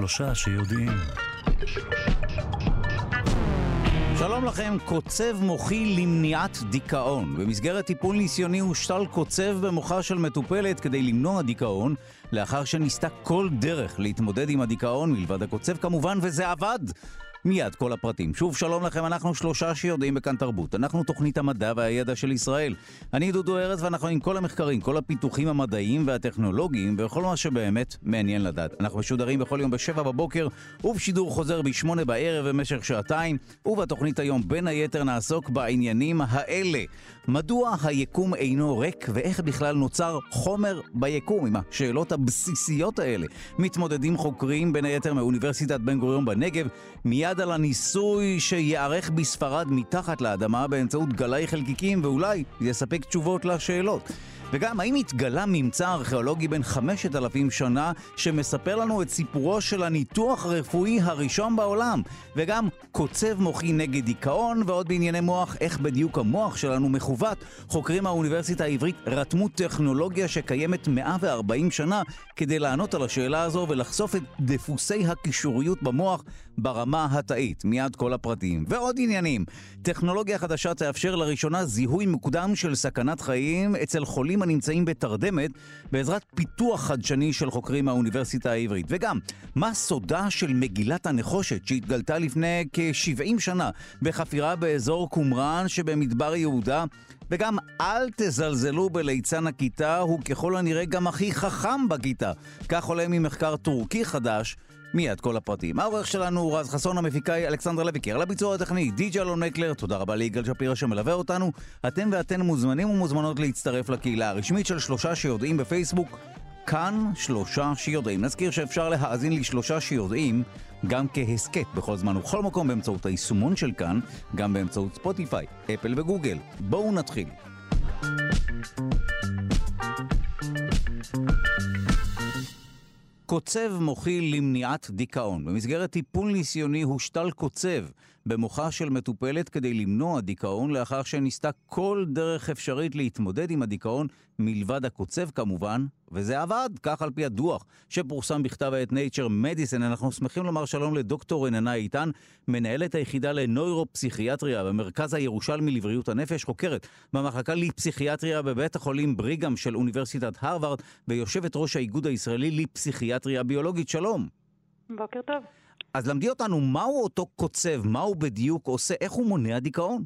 שלושה שיודעים. שלום לכם, קוצב מוחי למניעת דיכאון. במסגרת טיפול ניסיוני הושתל קוצב במוחה של מטופלת כדי למנוע דיכאון, לאחר שניסתה כל דרך להתמודד עם הדיכאון מלבד הקוצב כמובן, וזה עבד. מיד כל הפרטים. שוב שלום לכם, אנחנו שלושה שיודעים בכאן תרבות. אנחנו תוכנית המדע והידע של ישראל. אני דודו ארץ ואנחנו עם כל המחקרים, כל הפיתוחים המדעיים והטכנולוגיים וכל מה שבאמת מעניין לדעת. אנחנו משודרים בכל יום ב7 בבוקר ובשידור חוזר ב8 בערב במשך שעתיים, ובתוכנית היום בין היתר נעסוק בעניינים האלה. מדוע היקום אינו ריק ואיך בכלל נוצר חומר ביקום? עם השאלות הבסיסיות האלה מתמודדים חוקרים בין היתר מאוניברסיטת בן גוריון בנגב, מיד על הניסוי שיערך בספרד מתחת לאדמה באמצעות גלי חלקיקים, ואולי יספק תשובות לשאלות. וגם האם התגלה ממצא ארכיאולוגי בין 5,000 שנה שמספר לנו את סיפורו של הניתוח הרפואי הראשון בעולם, וגם קוצב מוחי נגד דיכאון, ועוד בענייני מוח, איך בדיוק המוח שלנו מכוות. חוקרים מהאוניברסיטה העברית רתמו טכנולוגיה שקיימת 140 שנה כדי לענות על השאלה הזו ולחשוף את דפוסי הקישוריות במוח ברמה התאית. מיד כל הפרטים ועוד עניינים. טכנולוגיה חדשה תאפשר לראשונה זיהוי מוקדם של סכנת חיים אצל חולים הנמצאים בתרדמת בעזרת פיתוח חדשני של חוקרים מהאוניברסיטה העברית. וגם, מה סודה של מגילת הנחושת שהתגלתה לפני כ-70 שנה בחפירה באזור קומראן שבמדבר יהודה? וגם, אל תזלזלו בליצן הכיתה, הוא ככל הנראה גם הכי חכם בכיתה. כך עולה ממחקר טורקי חדש. מיד כל הפרטים. העורך שלנו הוא רז חסון, המפיקאי אלכסנדר לויקר, על הביצוע הטכני די.ג'י אלון מקלר. תודה רבה ליגאל שפירא שמלווה אותנו. אתם ואתן מוזמנים ומוזמנות להצטרף לקהילה הרשמית של שלושה שיודעים בפייסבוק, כאן שלושה שיודעים. נזכיר שאפשר להאזין לשלושה שיודעים גם כהסקט בכל זמן ובכל מקום באמצעות היישומון של כאן, גם באמצעות ספוטיפיי, אפל וגוגל. בואו נתחיל. קוצב מוחי למניעת דיכאון. במסגרת טיפול ניסיוני הושתל קוצב במוחה של מטופלת כדי למנוע דיכאון, לאחר שניסתה כל דרך אפשרית להתמודד עם הדיכאון מלבד הקוצב כמובן, וזה עבד, כך על פי הדוח שפורסם בכתב העת Nature Medicine. אנחנו שמחים לומר שלום לדוקטור רננה איתן, מנהלת היחידה לנוירופסיכיאטריה במרכז הירושלמי לבריאות הנפש, חוקרת במחלקה לפסיכיאטריה בבית החולים בריגאם של אוניברסיטת הרווארד, ויושבת ראש האיגוד הישראלי לפסיכיאטריה ביולוגית. שלום. בוקר טוב. אז למדי אותנו, מהו אותו קוצב, מה הוא בדיוק עושה, איך הוא מונע דיכאון?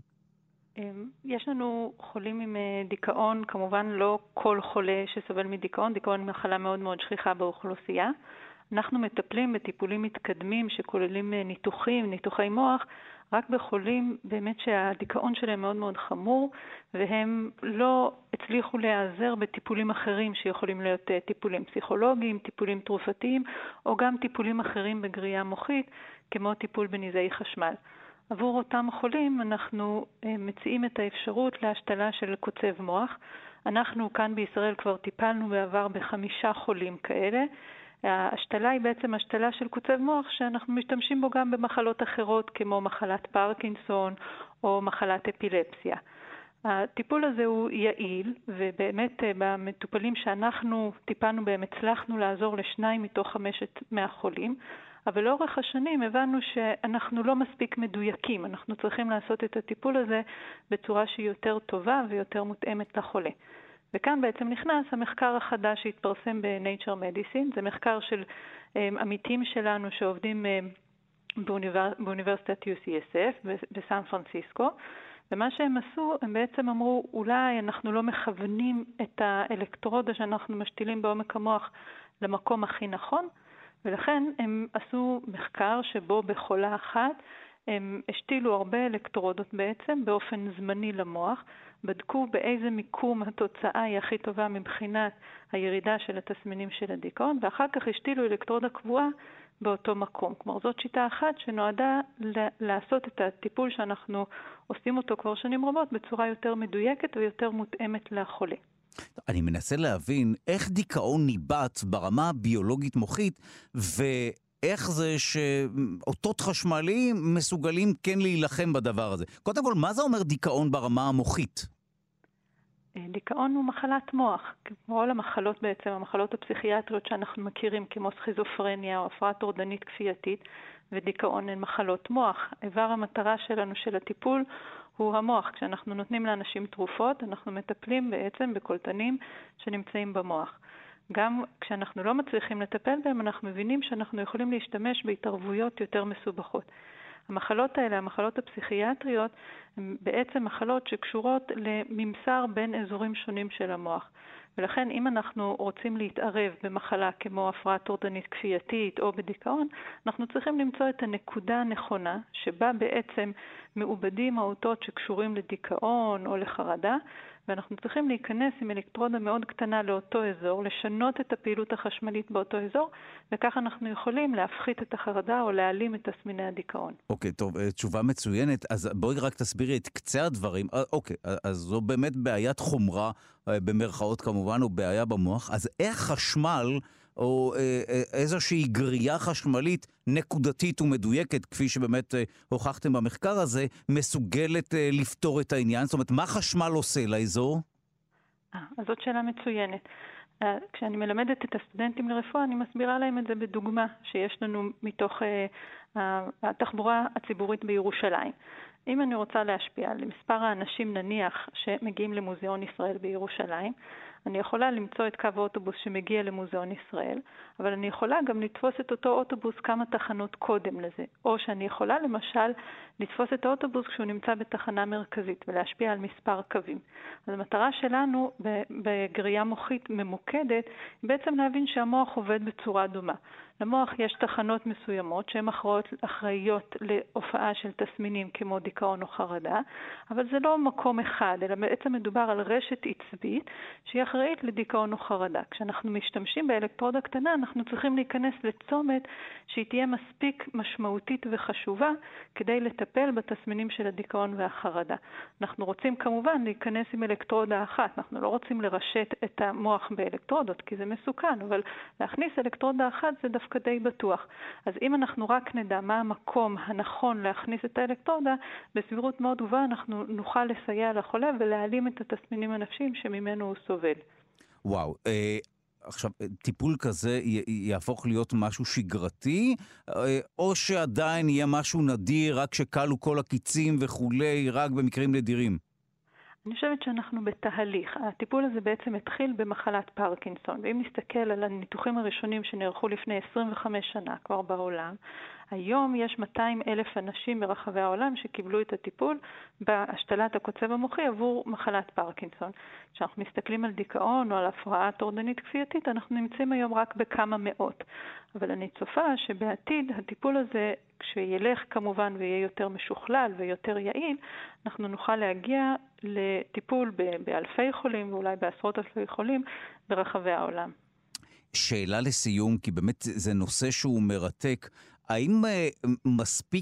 יש לנו חולים עם דיכאון, כמובן לא כל חולה שסובל מדיכאון, דיכאון היא מחלה מאוד מאוד שכיחה באוכלוסייה. אנחנו מטפלים בטיפולים מתקדמים שכוללים ניתוחים, ניתוחי מוח, רק בחולים באמת שהדיכאון שלהם מאוד מאוד חמור, והם לא הצליחו להיעזר בטיפולים אחרים שיכולים להיות טיפולים פסיכולוגיים, טיפולים תרופתיים, או גם טיפולים אחרים בגריעה מוחית, כמו טיפול בנזעי חשמל. עבור אותם חולים אנחנו מציעים את האפשרות להשתלה של קוצב מוח. אנחנו כאן בישראל כבר טיפלנו בעבר ב5 חולים כאלה. ההשתלה היא בעצם השתלה של קוצב מוח שאנחנו משתמשים בו גם במחלות אחרות כמו מחלת פרקינסון או מחלת אפילפסיה. הטיפול הזה הוא יעיל, ובאמת במטופלים שאנחנו טיפלנו בהם הצלחנו לעזור ל2 מתוך 5 מהחולים. אבל לאורך השנים הבנו שאנחנו לא מספיק מדויקים. אנחנו צריכים לעשות את הטיפול הזה בצורה שהיא יותר טובה ויותר מותאמת לחולה. וכאן בעצם נכנס המחקר החדש שהתפרסם ב-Nature Medicine. זה מחקר של עמיתים שלנו שעובדים באוניברסיטת UCSF בסן פרנסיסקו. ומה שהם עשו, הם בעצם אמרו, אולי אנחנו לא מכוונים את האלקטרודה שאנחנו משתילים בעומק המוח למקום הכי נכון, ולכן הם עשו מחקר שבו בחולה אחת הם השתילו הרבה אלקטרודות בעצם באופן זמני למוח, בדקו באיזה מיקום התוצאה היא הכי טובה מבחינת הירידה של התסמינים של הדיכאון, ואחר כך השתילו אלקטרודה קבועה באותו מקום. כלומר, זאת שיטה אחת שנועדה לעשות את הטיפול שאנחנו עושים אותו כבר שנים רבות בצורה יותר מדויקת ויותר מותאמת לחולה. אני מנסה להבין איך דיכאון ניבט ברמה הביולוגית מוחית, ואיך זה שאותות חשמליים מסוגלים כן להילחם בדבר הזה. קודם כל, מה זה אומר דיכאון ברמה המוחית? דיכאון הוא מחלת מוח, כמו כל המחלות בעצם, המחלות הפסיכיאטריות שאנחנו מכירים, כמו סכיזופרניה או הפרעה טורדנית כפייתית, ודיכאון הן מחלות מוח. איבר המטרה שלנו של הטיפול הוא המוח. כשאנחנו נותנים לאנשים תרופות, אנחנו מטפלים בעצם בקולטנים שנמצאים במוח. גם כשאנחנו לא מצליחים לטפל בהם, אנחנו מבינים שאנחנו יכולים להשתמש בהתערבויות יותר מסובכות. המחלות האלה, המחלות הפסיכיאטריות, הן בעצם מחלות שקשורות לממסר בין אזורים שונים של המוח. ולכן אם אנחנו רוצים להתערב במחלה כמו הפרעה טורדנית כפייתית או בדיכאון, אנחנו צריכים למצוא את הנקודה הנכונה שבה בעצם מעובדים האותות שקשורים לדיכאון או לחרדה, ואנחנו צריכים להיכנס עם אלקטרודה מאוד קטנה לאותו אזור, לשנות את הפעילות החשמלית באותו אזור, וכך אנחנו יכולים להפחית את החרדה או להעלים את תסמיני הדיכאון. אוקיי, טוב, תשובה מצוינת. אז בואי רק תסבירי את קצה הדברים. אוקיי, אז זו באמת בעיית חומרה, במרכאות כמובן, או בעיה במוח. אז איך חשמל או איזושהי גרייה חשמלית נקודתית ומדויקת, כפי שבאמת הוכחתם במחקר הזה, מסוגלת לפתור את העניין? זאת אומרת, מה חשמל עושה לאזור? אז זאת שאלה מצוינת. כשאני מלמדת את הסטודנטים לרפואה, אני מסבירה להם את זה בדוגמה שיש לנו מתוך התחבורה הציבורית בירושלים. אם אני רוצה להשפיע על מספר האנשים נניח שמגיעים למוזיאון ישראל בירושלים, אני יכולה למצוא את קו האוטובוס שמגיע למוזיאון ישראל, אבל אני יכולה גם לתפוס את אותו אוטובוס כמה תחנות קודם לזה, או שאני יכולה למשל לתפוס את האוטובוס כשהוא נמצא בתחנה מרכזית ולהשפיע על מספר קווים. אז המטרה שלנו בגרייה מוחית ממוקדת היא בעצם להבין שהמוח עובד בצורה דומה. למוח יש תחנות מסוימות שהן אחראיות להופעה של תסמינים כמו דיכאון או חרדה, אבל זה לא מקום אחד, אלא בעצם מדובר על רשת עצבית שהיא אחראית לדיכאון או חרדה. כשאנחנו משתמשים באלקטרודה קטנה, אנחנו צריכים להיכנס לצומת שהיא תהיה מספיק משמעותית וחשובה כדי לטפל בתסמינים של הדיכאון והחרדה. אנחנו רוצים כמובן להיכנס עם אלקטרודה אחת, אנחנו לא רוצים לרשת את המוח באלקטרודות כי זה מסוכן, אבל להכניס אלקטרודה אחת זה דווקא די בטוח. אז אם אנחנו רק נדע מה המקום הנכון להכניס את האלקטרודה, בסבירות מאוד גבוהה אנחנו נוכל לסייע לחולה ולהעלים את התסמינים הנפשיים שממנו הוא סובל. וואו, עכשיו, טיפול כזה יהפוך להיות משהו שגרתי, או שעדיין יהיה משהו נדיר, רק שקלו כל הקיצים וכולי, רק במקרים נדירים? אני חושבת שאנחנו בתהליך. הטיפול הזה בעצם התחיל במחלת פרקינסון, ואם נסתכל על הניתוחים הראשונים שנערכו לפני 25 שנה כבר בעולם, היום יש 200,000 אנשים ברחבי העולם שקיבלו את הטיפול בהשתלת הקוצב המוחי עבור מחלת פרקינסון. כשאנחנו מסתכלים על דיכאון או על הפרעה טורדנית כפייתית, אנחנו נמצאים היום רק בכמה מאות. אבל אני צופה שבעתיד הטיפול הזה, כשילך כמובן ויהיה יותר משוכלל ויותר יעיל, אנחנו נוכל להגיע לטיפול באלפי חולים ואולי בעשרות אלפי חולים ברחבי העולם. שאלה לסיום, כי באמת זה נושא שהוא מרתק. האם מספיק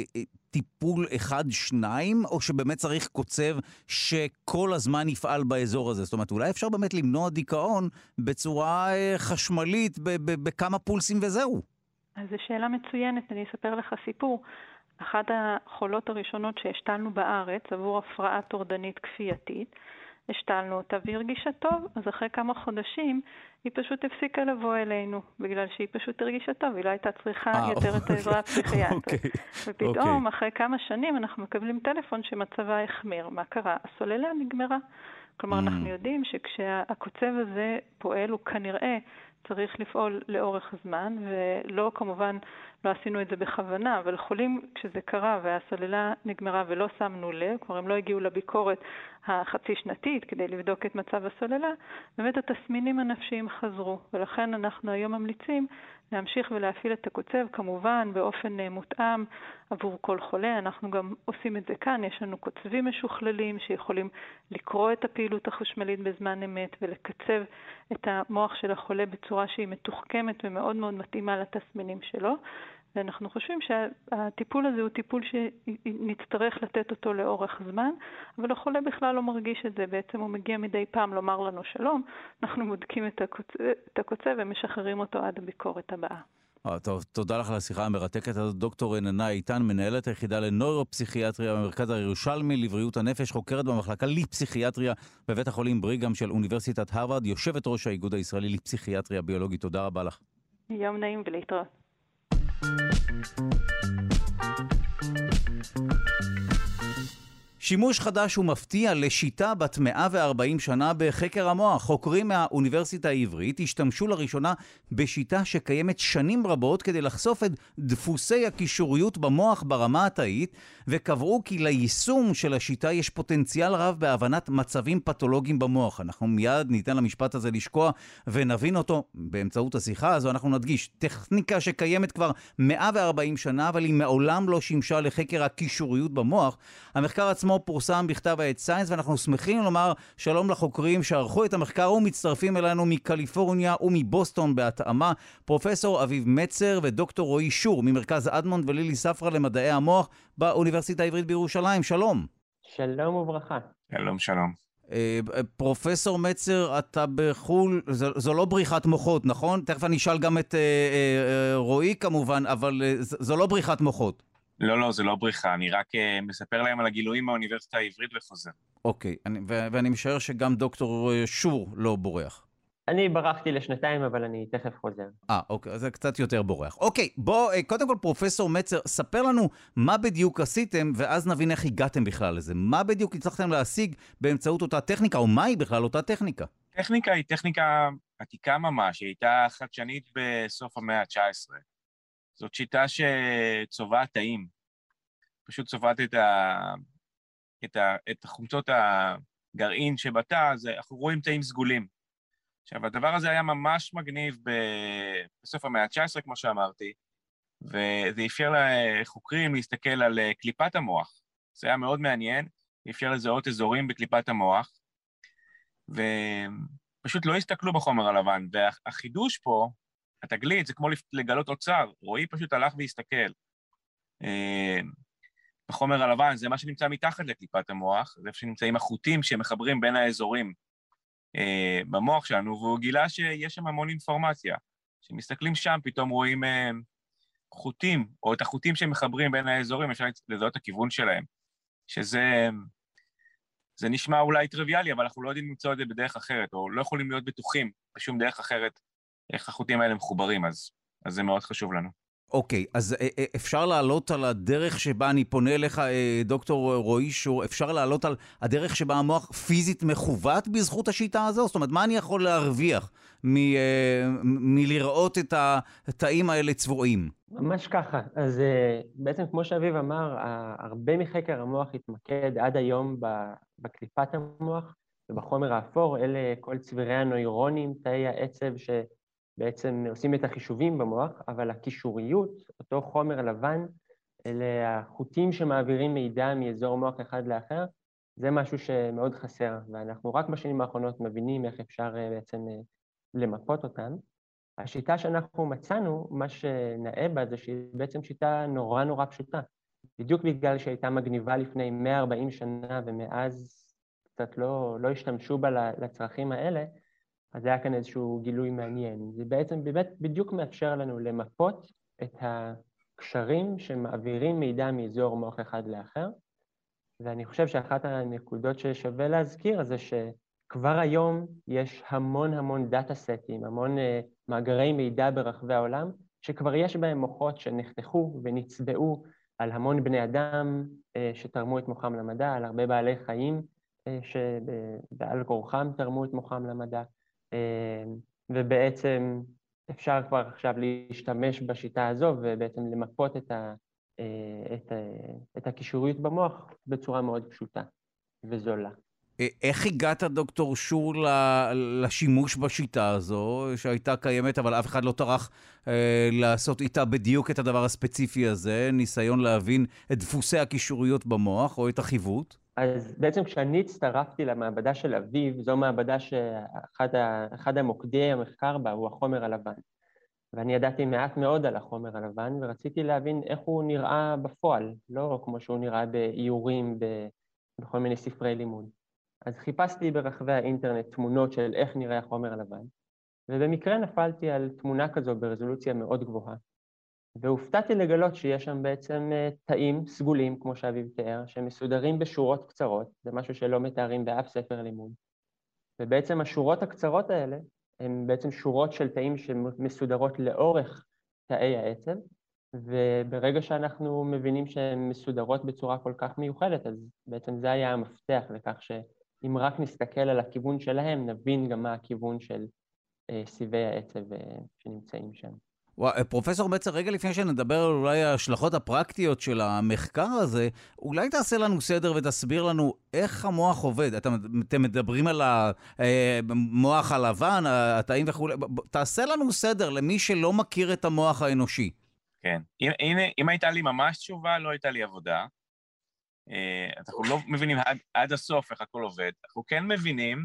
טיפול אחד, שניים, או שבאמת צריך קוצב שכל הזמן יפעל באזור הזה? זאת אומרת, אולי אפשר באמת למנוע דיכאון בצורה חשמלית, בכמה פולסים וזהו. אז זו שאלה מצוינת, אני אספר לך סיפור. אחת החולות הראשונות שהשתלנו בארץ עבור הפרעה טורדנית כפייתית, השתלנו אותה והרגישה טוב, אז אחרי כמה חודשים היא פשוט הפסיקה לבוא אלינו, בגלל שהיא פשוט הרגישה טוב, היא לא הייתה צריכה יותר את העזרה הפסיכיאטרית. ופתאום אחרי כמה שנים אנחנו מקבלים טלפון שמצבה החמיר. מה קרה? הסוללה נגמרה. כלומר, אנחנו יודעים שכשהקוצב הזה פועל, הוא כנראה צריך לפעול לאורך זמן, ולא, כמובן, לא עשינו את זה בכוונה, אבל חולים, כשזה קרה והסוללה נגמרה ולא שמנו לב, כבר הם לא הגיעו לביקורת החצי שנתית כדי לבדוק את מצב הסוללה, באמת התסמינים הנפשיים חזרו, ולכן אנחנו היום ממליצים להמשיך ולהפעיל את הקוצב, כמובן באופן מותאם עבור כל חולה. אנחנו גם עושים את זה כאן, יש לנו קוצבים משוכללים שיכולים לקרוא את הפעילות החשמלית בזמן אמת ולקצב את המוח של החולה בצורה שהיא מתוחכמת ומאוד מאוד מתאימה לתסמינים שלו. ואנחנו חושבים שהטיפול הזה הוא טיפול שנצטרך לתת אותו לאורך זמן, אבל החולה בכלל לא מרגיש את זה. בעצם הוא מגיע מדי פעם לומר לנו שלום, אנחנו בודקים את הקוצב ומשחררים אותו עד הביקורת הבאה. טוב, תודה לך על השיחה המרתקת הזאת. דוקטור רננה איתן, מנהלת היחידה לנוירופסיכיאטריה במרכז הירושלמי לבריאות הנפש, חוקרת במחלקה לפסיכיאטריה בבית החולים בריגהאם של אוניברסיטת הרווארד, יושבת ראש האיגוד הישראלי לפסיכיאטריה ביולוגית. תודה רבה לך. יום נעים ולהתראות. שימוש חדש ומפתיע לשיטה בת 140 שנה בחקר המוח. חוקרים מהאוניברסיטה העברית השתמשו לראשונה בשיטה שקיימת שנים רבות כדי לחשוף את דפוסי הקישוריות במוח ברמה התאית, וקבעו כי ליישום של השיטה יש פוטנציאל רב בהבנת מצבים פתולוגיים במוח. אנחנו מיד ניתן למשפט הזה לשקוע ונבין אותו באמצעות השיחה הזו. אנחנו נדגיש, טכניקה שקיימת כבר 140 שנה, אבל היא מעולם לא שימשה לחקר הקישוריות במוח. המחקר עצמו פורסם בכתב העת סיינס, ואנחנו שמחים לומר שלום לחוקרים שערכו את המחקר ומצטרפים אלינו מקליפורניה ומבוסטון בהתאמה, פרופסור אביב מצר ודוקטור רועי שור ממרכז אדמונד ולילי ספרא למדעי המוח באוניברסיטה העברית בירושלים. שלום. שלום וברכה. שלום, שלום. פרופסור מצר, אתה בחול, זו לא בריחת מוחות, נכון? תכף אני אשאל גם את רועי כמובן, אבל זו לא בריחת מוחות. לא, זה לא בריחה, אני רק מספר להם על הגילויים מהאוניברסיטה העברית וחוזר. אוקיי, ואני משער שגם דוקטור שור לא בורח. אני ברחתי לשנתיים, אבל אני תכף חוזר. אוקיי, אז זה קצת יותר בורח. אוקיי, בוא, קודם כל פרופסור מצר, ספר לנו מה בדיוק עשיתם, ואז נבין איך הגעתם בכלל לזה. מה בדיוק הצלחתם להשיג באמצעות אותה טכניקה, או מהי בכלל אותה טכניקה? טכניקה היא טכניקה עתיקה ממש, היא הייתה חדשנית בסוף המאה ה-19. זאת שיטה שצובעת תאים. פשוט צובעת את חומצות הגרעין שבתא, אז אנחנו רואים תאים סגולים. עכשיו, הדבר הזה היה ממש מגניב בסוף המאה ה-19, כמו שאמרתי, וזה אפשר לחוקרים להסתכל על קליפת המוח. זה היה מאוד מעניין, אפשר לזהות אזורים בקליפת המוח, ופשוט לא הסתכלו בחומר הלבן, והחידוש פה, התגלית, זה כמו לגלות אוצר, רועי פשוט הלך והסתכל. בחומר הלבן זה מה שנמצא מתחת לקליפת המוח, זה איפה שנמצאים החוטים שמחברים בין האזורים במוח שלנו, והוא גילה שיש שם המון אינפורמציה. כשמסתכלים שם, פתאום רואים חוטים, או את החוטים שמחברים בין האזורים, אפשר לזהות את הכיוון שלהם, שזה נשמע אולי טריוויאלי, אבל אנחנו לא יודעים למצוא את זה בדרך אחרת, או לא יכולים להיות בטוחים בשום דרך אחרת, איך החוטים האלה מחוברים, אז זה מאוד חשוב לנו. אוקיי, אז אפשר לעלות על הדרך שבה אני פונה אליך, דוקטור רועי שור, אפשר לעלות על הדרך שבה המוח פיזית מכוות בזכות השיטה הזו? זאת אומרת, מה אני יכול להרוויח מלראות את התאים האלה צבועים? ממש ככה. אז בעצם כמו שאביב אמר, הרבה מחקר המוח התמקד עד היום בקליפת המוח ובחומר האפור, אלה כל צבירי הנוירונים, תאי העצב בעצם עושים את החישובים במוח, אבל הקישוריות, אותו חומר לבן, אלה החוטים שמעבירים מידע מאזור מוח אחד לאחר, זה משהו שמאוד חסר, ואנחנו רק בשנים האחרונות מבינים איך אפשר בעצם למפות אותם. השיטה שאנחנו מצאנו, מה שנאה בה זה שהיא בעצם שיטה נורא נורא פשוטה, בדיוק בגלל שהייתה מגניבה לפני 140 שנה, ומאז קצת לא השתמשו בה לצרכים האלה, אז היה כאן איזשהו גילוי מעניין. זה בעצם בדיוק מאפשר לנו למפות את הקשרים שמעבירים מידע מאזור מוח אחד לאחר, ואני חושב שאחת הנקודות ששווה להזכיר זה שכבר היום יש המון דאטה סטים, המון מאגרי מידע ברחבי העולם, שכבר יש בהם מוחות שנחתכו ונצבעו על המון בני אדם שתרמו את מוחם למדע, על הרבה בעלי חיים שבעל כורחם תרמו את מוחם למדע, ובעצם אפשר כבר עכשיו להשתמש בשיטה הזו ובעצם למפות את הקישוריות במוח בצורה מאוד פשוטה וזולה. איך הגעת, דוקטור שור, לשימוש בשיטה הזו שהייתה קיימת, אבל אף אחד לא טרח לעשות איתה בדיוק את הדבר הספציפי הזה, ניסיון להבין את דפוסי הקישוריות במוח או את החיווט? אז בעצם כשאני הצטרפתי למעבדה של אביב, זו מעבדה שאחד המוקדי המחקר בה הוא החומר הלבן. ואני ידעתי מעט מאוד על החומר הלבן, ורציתי להבין איך הוא נראה בפועל, לא כמו שהוא נראה באיורים, בכל מיני ספרי לימוד. אז חיפשתי ברחבי האינטרנט תמונות של איך נראה החומר הלבן, ובמקרה נפלתי על תמונה כזו ברזולוציה מאוד גבוהה. והופתעתי לגלות שיש שם בעצם תאים סגולים, כמו שאביב תיאר, שמסודרים בשורות קצרות, זה משהו שלא מתארים באף ספר לימוד. ובעצם השורות הקצרות האלה, הן בעצם שורות של תאים שמסודרות לאורך תאי העצב, וברגע שאנחנו מבינים שהן מסודרות בצורה כל כך מיוחדת, אז בעצם זה היה המפתח לכך שאם רק נסתכל על הכיוון שלהם, נבין גם מה הכיוון של סיבי העצב שנמצאים שם. פרופסור מצר, רגע לפני שנדבר על אולי ההשלכות הפרקטיות של המחקר הזה, אולי תעשה לנו סדר ותסביר לנו איך המוח עובד. אתם מדברים על המוח הלבן, התאים וכו', תעשה לנו סדר למי שלא מכיר את המוח האנושי. כן, אם הייתה לי ממש תשובה, לא הייתה לי עבודה. אנחנו לא מבינים עד הסוף איך הכל עובד. אנחנו כן מבינים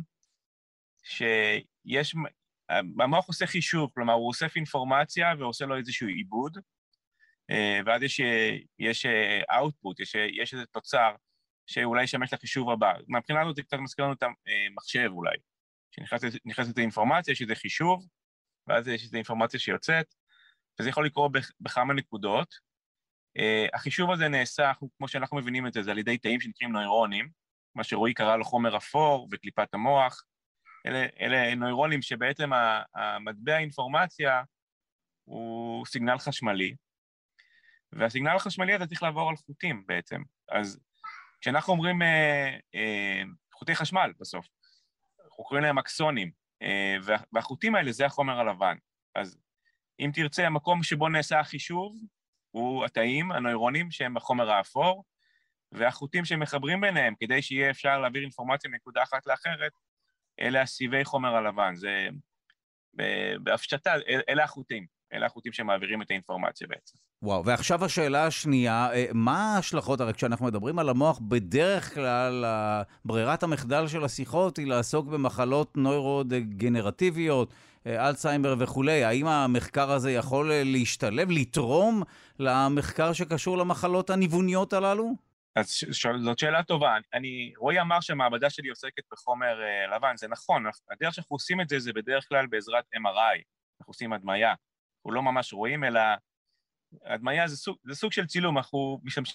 שיש... המוח עושה חישוב, כלומר, הוא אוסף אינפורמציה ועושה לו איזשהו עיבוד, ואז יש output, יש איזה תוצר שאולי ישמש לחישוב הבא. מהבחינה הזאת זה קצת מזכיר לנו את המחשב אולי, שנכנסת לאינפורמציה, יש איזה חישוב, ואז יש איזו אינפורמציה שיוצאת, וזה יכול לקרות בכמה נקודות. החישוב הזה נעשה, כמו שאנחנו מבינים את זה, זה על ידי תאים שנקראים נוירונים, מה שרועי קרא לו חומר אפור וקליפת המוח, אלה נוירונים שבעצם המטבע האינפורמציה הוא סיגנל חשמלי, והסיגנל החשמלי הזה צריך לעבור על חוטים בעצם. אז כשאנחנו אומרים חוטי חשמל בסוף, אנחנו קוראים להם אקסונים, והחוטים האלה זה החומר הלבן. אז אם תרצה, המקום שבו נעשה החישוב הוא התאים, הנוירונים שהם החומר האפור, והחוטים שמחברים ביניהם כדי שיהיה אפשר להעביר אינפורמציה מנקודה אחת לאחרת, אלה הסיבי חומר הלבן, זה בהפשטה, אלה החוטים שמעבירים את האינפורמציה בעצם. וואו, ועכשיו השאלה השנייה, מה ההשלכות? הרי כשאנחנו מדברים על המוח, בדרך כלל ברירת המחדל של השיחות היא לעסוק במחלות נוירודגנרטיביות, אלצהיימר וכולי. האם המחקר הזה יכול להשתלב, לתרום למחקר שקשור למחלות הניווניות הללו? אז זאת שאלה טובה. רועי אמר שהמעבדה שלי עוסקת בחומר לבן, זה נכון, הדרך שאנחנו עושים את זה, זה בדרך כלל בעזרת MRI, אנחנו עושים הדמיה, אנחנו לא ממש רואים, אלא הדמיה זה סוג של צילום, אנחנו משתמשים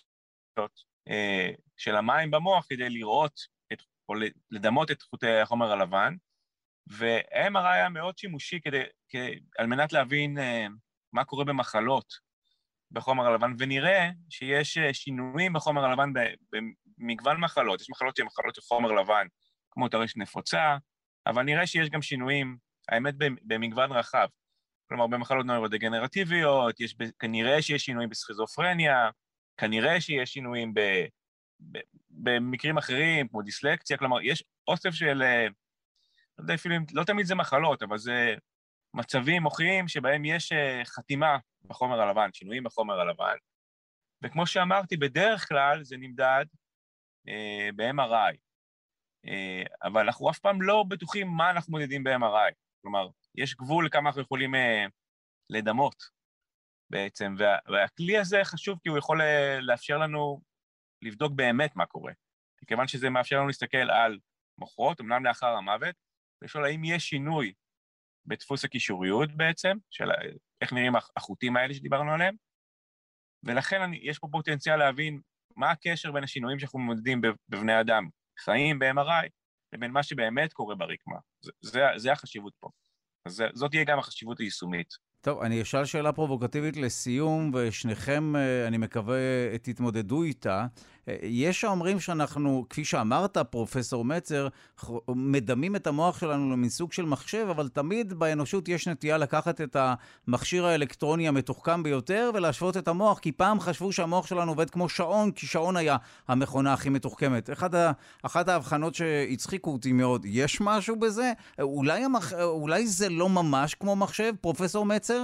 של המים במוח כדי לראות, או לדמות את חוטי החומר הלבן, ו-MRI היה מאוד שימושי על מנת להבין מה קורה במחלות, בחומר הלבן, ונראה שיש שינויים בחומר הלבן במגוון מחלות. יש מחלות שהן מחלות של חומר לבן, כמו טרשת נפוצה, אבל נראה שיש גם שינויים, האמת, במגוון רחב. כלומר, במחלות נוירודגנרטיביות, כנראה שיש שינויים בסכיזופרניה, כנראה שיש שינויים במקרים אחרים, כמו דיסלקציה, כלומר, יש אוסף של, לא יודע, אפילו, לא תמיד זה מחלות, אבל זה מצבים מוחיים שבהם יש חתימה בחומר הלבן, שינויים בחומר הלבן, וכמו שאמרתי, בדרך כלל זה נמדד ב-MRI, אבל אנחנו אף פעם לא בטוחים מה אנחנו מודדים ב-MRI, כלומר, יש גבול לכמה אנחנו יכולים לדמות בעצם, והכלי הזה חשוב כי הוא יכול לאפשר לנו לבדוק באמת מה קורה, כיוון שזה מאפשר לנו להסתכל על מוחות, אמנם לאחר המוות, ולשאול האם יש שינוי בדפוס הקישוריות בעצם, של איך נראים החוטים האלה שדיברנו עליהם, ולכן יש פה פוטנציאל להבין מה הקשר בין השינויים שאנחנו מודדים בבני אדם, חיים ב-MRI, לבין מה שבאמת קורה ברקמה. זה החשיבות פה. אז זאת תהיה גם החשיבות היישומית. טוב, אני אשאל שאלה פרובוקטיבית לסיום, ושניכם, אני מקווה, תתמודדו איתה. יש שאומרים שאנחנו, כפי שאמרת, פרופסור מצר, מדמים את המוח שלנו למין סוג של מחשב, אבל תמיד באנושות יש נטייה לקחת את המכשיר האלקטרוני המתוחכם ביותר, ולהשוות את המוח, כי פעם חשבו שהמוח שלנו עובד כמו שעון, כי שעון היה המכונה הכי מתוחכמת. אחת ההבחנות שהצחיקו אותי מאוד, יש משהו בזה? אולי זה לא ממש כמו מחשב, פרופסור מצר?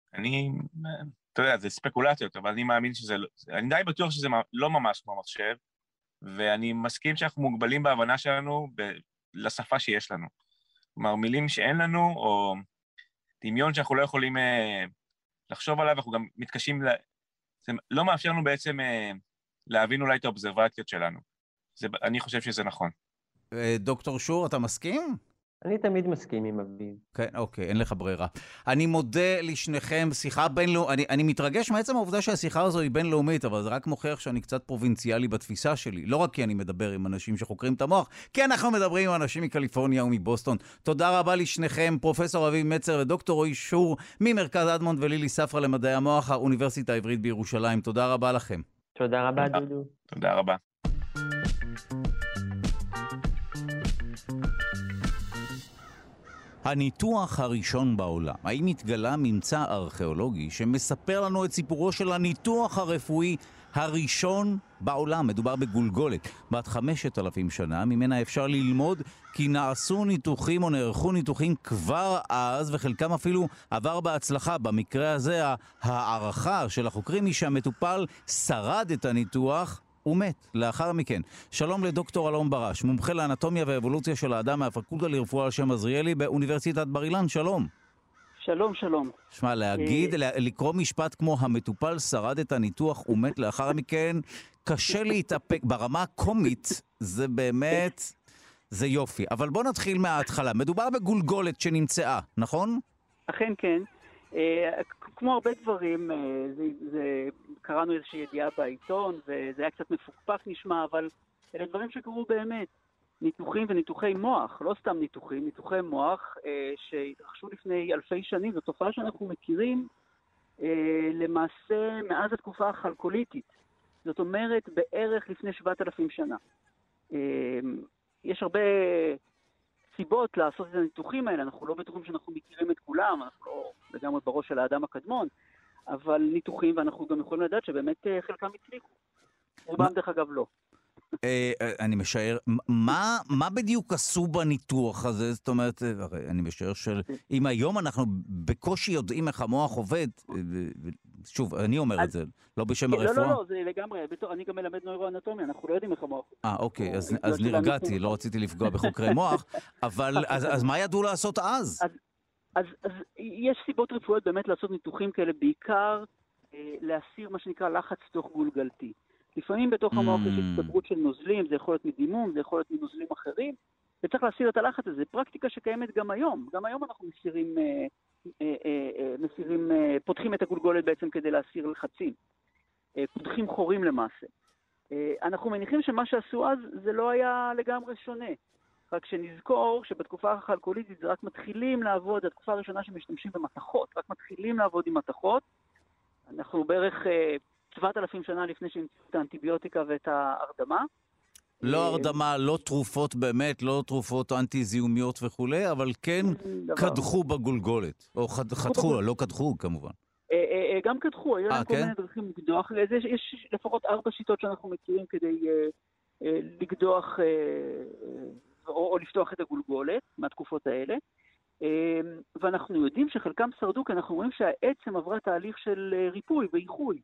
אתה יודע, זה ספקולציות, אבל אני מאמין אני די בטוח שזה לא ממש כמו מחשב, ואני מסכים שאנחנו מוגבלים בהבנה שלנו לשפה שיש לנו. כלומר, מילים שאין לנו, או דמיון שאנחנו לא יכולים לחשוב עליו, אנחנו גם מתקשים, זה לא מאפשר לנו בעצם להבין אולי את האובזרבציות שלנו. אני חושב שזה נכון. דוקטור שור, אתה מסכים? אני תמיד מסכים עם אביב. כן, אוקיי, אין לך ברירה. אני מודה לשניכם, שיחה בינלאומית, אני מתרגש מעצם העובדה שהשיחה הזו היא בינלאומית, אבל זה רק מוכיח שאני קצת פרובינציאלי בתפיסה שלי. לא רק כי אני מדבר עם אנשים שחוקרים את המוח, כי אנחנו מדברים עם אנשים מקליפורניה ומבוסטון. תודה רבה לשניכם, פרופסור אביב מצר ודוקטור רועי שור, ממרכז אדמונד ולילי ספרא למדעי המוח, האוניברסיטה העברית בירושלים. תודה רבה לכם. תודה רבה, דודו. תודה רבה. הניתוח הראשון בעולם. האם התגלה ממצא ארכיאולוגי שמספר לנו את סיפורו של הניתוח הרפואי הראשון בעולם? מדובר בגולגולת בת 5,000 שנה, ממנה אפשר ללמוד כי נעשו ניתוחים או נערכו ניתוחים כבר אז, וחלקם אפילו עבר בהצלחה. במקרה הזה הערכה של החוקרים היא שהמטופל שרד את הניתוח ומת לאחר מכן. שלום לדוקטור אלון ברש, מומחה לאנטומיה ואבולוציה של האדם מהפקולטה לרפואה על שם עזריאלי באוניברסיטת בר אילן. שלום. שלום, שלום. שמע, לקרוא משפט כמו המטופל שרד את הניתוח ומת לאחר מכן, קשה להתאפק. ברמה הקומית זה באמת, זה יופי. אבל בוא נתחיל מההתחלה. מדובר בגולגולת שנמצאה, נכון? אכן כן. כמו הרבה דברים, קראנו איזושהי ידיעה בעיתון, וזה היה קצת מפוקפק נשמע, אבל אלה דברים שקרו באמת. ניתוחים וניתוחי מוח, לא סתם ניתוחים, ניתוחי מוח שהתרחשו לפני אלפי שנים. זו תופעה שאנחנו מכירים למעשה מאז התקופה החלקוליתית. זאת אומרת בערך לפני 7,000 שנה. יש הרבה סיבות לעשות את הניתוחים האלה, אנחנו לא בטוחים שאנחנו מכירים את כולם, אנחנו לא לגמרי בראש של האדם הקדמון, אבל ניתוחים, ואנחנו גם יכולים לדעת שבאמת חלקם הצליחו. רובם דרך אגב לא. אני משער, מה בדיוק עשו בניתוח הזה? זאת אומרת, אני משער אם היום אנחנו בקושי יודעים איך המוח עובד, שוב, אני אומר את זה, לא בשם הרפואה. לא, זה לגמרי, אני גם מלמד נוירואנטומיה, אנחנו לא יודעים איך המוח עובד. אוקיי, אז נרגעתי, לא רציתי לפגוע בחוקרי מוח, אבל אז מה ידעו לעשות אז? אז יש סיבות רפואיות באמת לעשות ניתוחים כאלה, בעיקר להסיר מה שנקרא לחץ תוך גולגלתי. לפעמים בתוך המוח יש הצטברות של נוזלים, זה יכול להיות מדימום, זה יכול להיות מנוזלים אחרים, וצריך להסיר את הלחץ הזה. פרקטיקה שקיימת גם היום. גם היום אנחנו פותחים את הגולגולת בעצם כדי להסיר לחצים. פותחים חורים למעשה. אנחנו מניחים שמה שעשו אז זה לא היה לגמרי שונה. רק שנזכור שבתקופה החלקוליתית זה רק מתחילים לעבוד, התקופה הראשונה שמשתמשים במתכות, רק מתחילים לעבוד עם מתכות. אנחנו בערך 7,000 שנה לפני שהמציאו את האנטיביוטיקה ואת ההרדמה. לא הרדמה, לא תרופות באמת, לא תרופות אנטי-זיהומיות וכולי, אבל כן קדחו בגולגולת. או חתכו, לא קדחו כמובן. גם קדחו, היו להם כל מיני דרכים לקדוח. יש לפחות 4 שיטות שאנחנו מכירים כדי לקדוח או לפתוח את הגולגולת מהתקופות האלה. ואנחנו יודעים שחלקם שרדו, כי אנחנו רואים שהעצם עברה תהליך של ריפוי ואיחוי.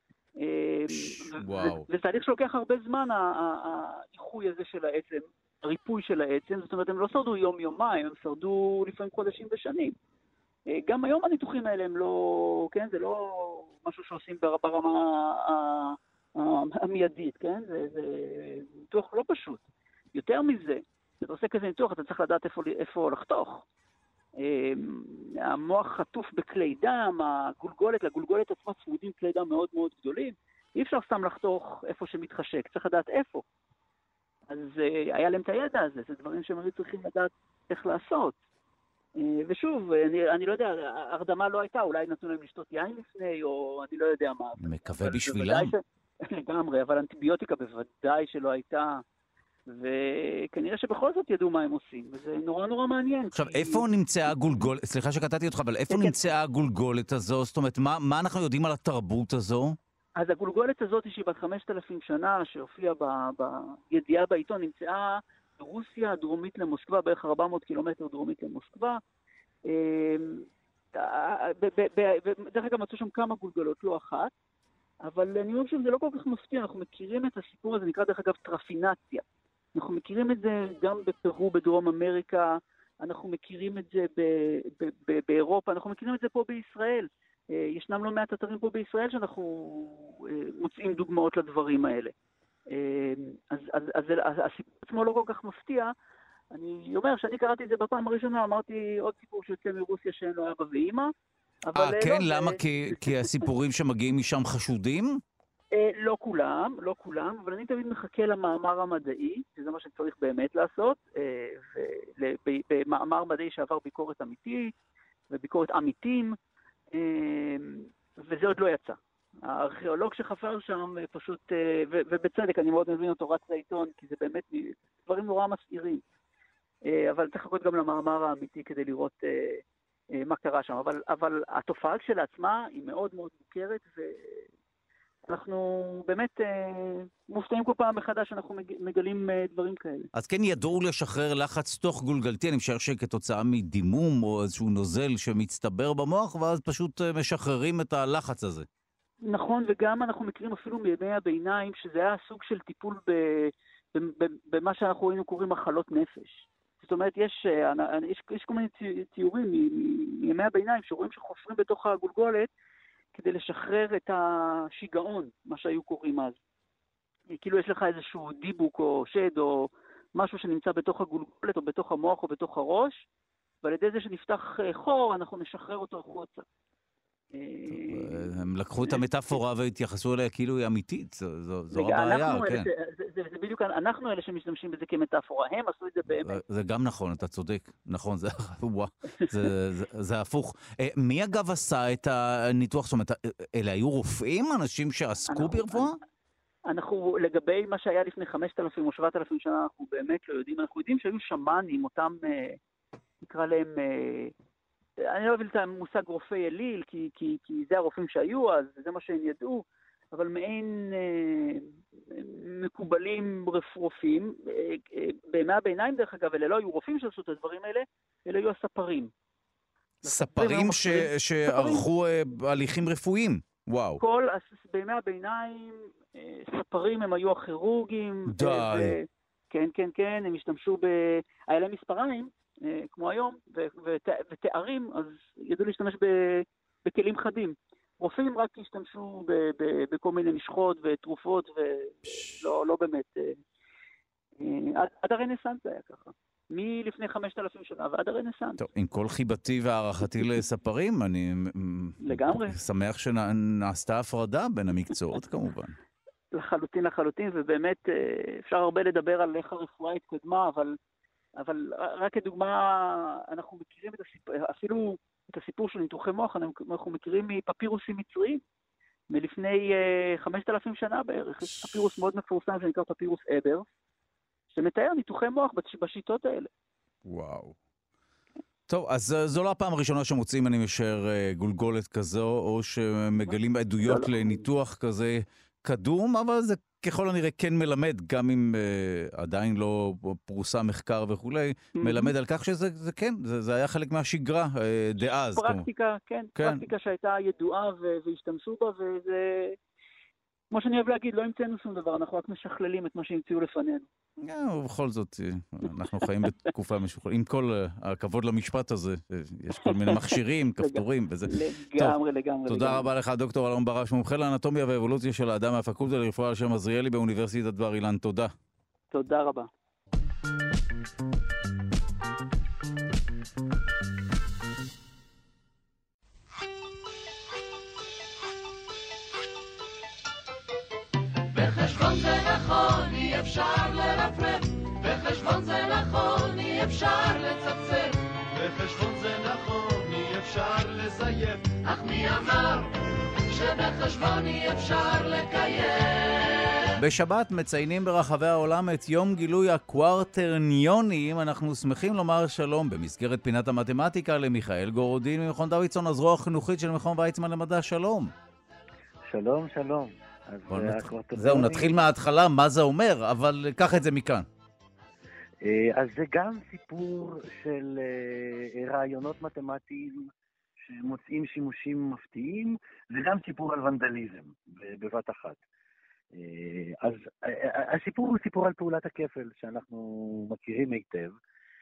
זה תהליך שלוקח הרבה זמן, האיחוי הזה של העצם, הריפוי של העצם. זאת אומרת, הם לא שרדו יום-יומיים, הם שרדו לפעמים חודשים ושנים. גם היום הניתוחים האלה הם לא, כן, זה לא משהו שעושים ברמה המיידית, כן? זה ניתוח לא פשוט. יותר מזה, אתה עושה כזה ניתוח, אתה צריך לדעת איפה לחתוך. המוח חטוף בכלי דם, לגולגולת עצמה צמודים כלי דם מאוד מאוד גדולים. אי אפשר סתם לחתוך איפה שמתחשק, צריך לדעת איפה. אז היה להם את הידע הזה, זה דברים שהם היו צריכים לדעת איך לעשות. ושוב, אני לא יודע, הרדמה לא הייתה, אולי נתנו להם לשתות יין לפני, או אני לא יודע מה. מקווה בשבילם. לגמרי, אבל אנטיביוטיקה בוודאי שלא הייתה, וכנראה שבכל זאת ידעו מה הם עושים, וזה נורא נורא מעניין. עכשיו, איפה נמצאה הגולגולת, סליחה שקטעתי אותך, אבל איפה נמצאה הגולגולת הזו? זאת אומרת, מה אנחנו יודעים על התרבות הזו? אז הגולגולת הזאת שהיא בת 5,000 שנה, שהופיעה בידיעה בעיתון, נמצאה ברוסיה הדרומית למוסקבה, בערך 400 קילומטר דרומית למוסקבה. דרך אגב מצאו שם כמה גולגלות, לא אחת, אבל אני אומר שזה לא כל כך מפתיע, אנחנו מכירים את הסיפור הזה, נקרא דרך אגב טרפינציה. אנחנו מכירים את זה גם בפרו, בדרום אמריקה, אנחנו מכירים את זה באירופה, אנחנו מכירים את זה פה בישראל. ישנם לא מעט אתרים פה בישראל שאנחנו מוצאים דוגמאות לדברים האלה. אז הסיפור עצמו לא כל כך מפתיע, אני אומר שאני קראתי את זה בפעם הראשונה, אמרתי עוד סיפור שיוצא מרוסיה שאין לו אבא ואמא, אבל כן? לא, למה? כי הסיפורים שמגיעים משם חשודים? לא כולם, לא כולם, אבל אני תמיד מחכה למאמר המדעי, שזה מה שצריך באמת לעשות, במאמר מדעי שעבר ביקורת אמיתית, וביקורת עמיתים, וזה עוד לא יצא. הארכיאולוג שחפר שם פשוט, ובצדק, אני מאוד מבין אותו, רץ לעיתון, כי זה באמת דברים נורא מסעירים. אבל צריך לחכות גם למאמר האמיתי כדי לראות מה קרה שם. אבל התופעה כשלעצמה היא מאוד מאוד מוכרת, ואנחנו באמת מופתעים כל פעם מחדש שאנחנו מגלים דברים כאלה. אז כן ידעו לשחרר לחץ תוך גולגלתי, אני משער שכתוצאה מדימום או איזשהו נוזל שמצטבר במוח, ואז פשוט משחררים את הלחץ הזה. נכון, וגם אנחנו מכירים אפילו מימי הביניים, שזה היה סוג של טיפול במה שאנחנו היינו קוראים מחלות נפש. זאת אומרת, יש כל מיני ציורים מימי הביניים שרואים שחופרים בתוך הגולגולת כדי לשחרר את השיגעון, מה שהיו קוראים אז. כאילו יש לך איזשהו דיבוק או שד או משהו שנמצא בתוך הגולגולת או בתוך המוח או בתוך הראש, ועל ידי זה שנפתח חור אנחנו נשחרר אותו החוצה. הם לקחו את המטאפורה והתייחסו אליה כאילו היא אמיתית, זו הבעיה, כן. זה בדיוק, אנחנו אלה שמשתמשים בזה כמטאפורה, הם עשו את זה באמת. זה גם נכון, אתה צודק, נכון, זה הפוך. מי אגב עשה את הניתוח, זאת אומרת, אלה היו רופאים, אנשים שעסקו ברפואה? אנחנו, לגבי מה שהיה לפני 5,000 או 7,000 שנה, אנחנו באמת לא יודעים, אנחנו יודעים שהיו שמאנים, אותם, נקרא להם, אני לא אוהב את המושג רופאי אליל, כי זה הרופאים שהיו אז, זה מה שהם ידעו, אבל מעין מקובלים רופאים, בימי הביניים דרך אגב, אלה לא היו רופאים שעשו את הדברים האלה, אלה היו הספרים. ספרים שערכו הליכים רפואיים, וואו. בימי הביניים, ספרים הם היו הכירורגים. די. כן, כן, כן, הם השתמשו היה להם מספריים, כמו היום, ותארים, אז ידעו להשתמש בכלים חדים. רופאים רק השתמשו בכל מיני משחות ותרופות, ולא באמת. עד הרנסנס היה ככה. מלפני 5,000 שנה ועד הרנסנס. טוב, עם כל חיבתי והערכתי לספרים, אני לגמרי. שמח שנעשתה הפרדה בין המקצועות כמובן. לחלוטין, ובאמת אפשר הרבה לדבר על איך הרפואה התקדמה, אבל רק כדוגמה, אנחנו מכירים אפילו את הסיפור של ניתוחי מוח, אנחנו מכירים מפפירוסים מצריים, מלפני 5,000 שנה בערך. יש פפירוס מאוד מפורסם שנקרא פפירוס אבר, שמתאר ניתוחי מוח בשיטות האלה. וואו. טוב, אז זו לא הפעם הראשונה שמוצאים, אני משער, גולגולת כזו, או שמגלים עדויות לניתוח כזה קדום, אבל זה ככל הנראה כן מלמד, גם אם עדיין לא פרוסה מחקר וכולי, מלמד על כך שזה כן, זה היה חלק מהשגרה דאז. פרקטיקה, כן, פרקטיקה שהייתה ידועה והשתמשו בה, וזה, כמו שאני אוהב להגיד, לא המצאנו שום דבר, אנחנו רק משכללים את מה שהמציאו לפנינו. ובכל זאת, אנחנו חיים בתקופה משוכללת. עם כל הכבוד למשפט הזה, יש כל מיני מכשירים, כפתורים וזה. לגמרי. תודה רבה לך, דוקטור אלון ברש, מומחה לאנטומיה ואבולוציה של האדם מהפקולטה לרפואה על שם עזריאלי באוניברסיטת בר אילן. תודה. תודה רבה. בחשבון זה נכון, אי אפשר לרפרף, בחשבון זה נכון, אי אפשר לצפצף, בחשבון זה נכון, אי אפשר לזייף, אך מי אמר שבחשבון אי אפשר לקיים? בשבת מציינים ברחבי העולם את יום גילוי הקווארטרניונים. אנחנו שמחים לומר שלום במסגרת פינת המתמטיקה למיכאל גורודין ממכון דוידסון, הזרוע החינוכית של מכון ויצמן למדע. שלום. שלום. זהו, נתחיל מההתחלה, מה זה אומר, אבל קח את זה מכאן. אז זה גם סיפור של רעיונות מתמטיים שמוצאים שימושים מפתיעים, וגם סיפור על ונדליזם בבת אחת. אז הסיפור הוא סיפור על פעולת הכפל שאנחנו מכירים היטב,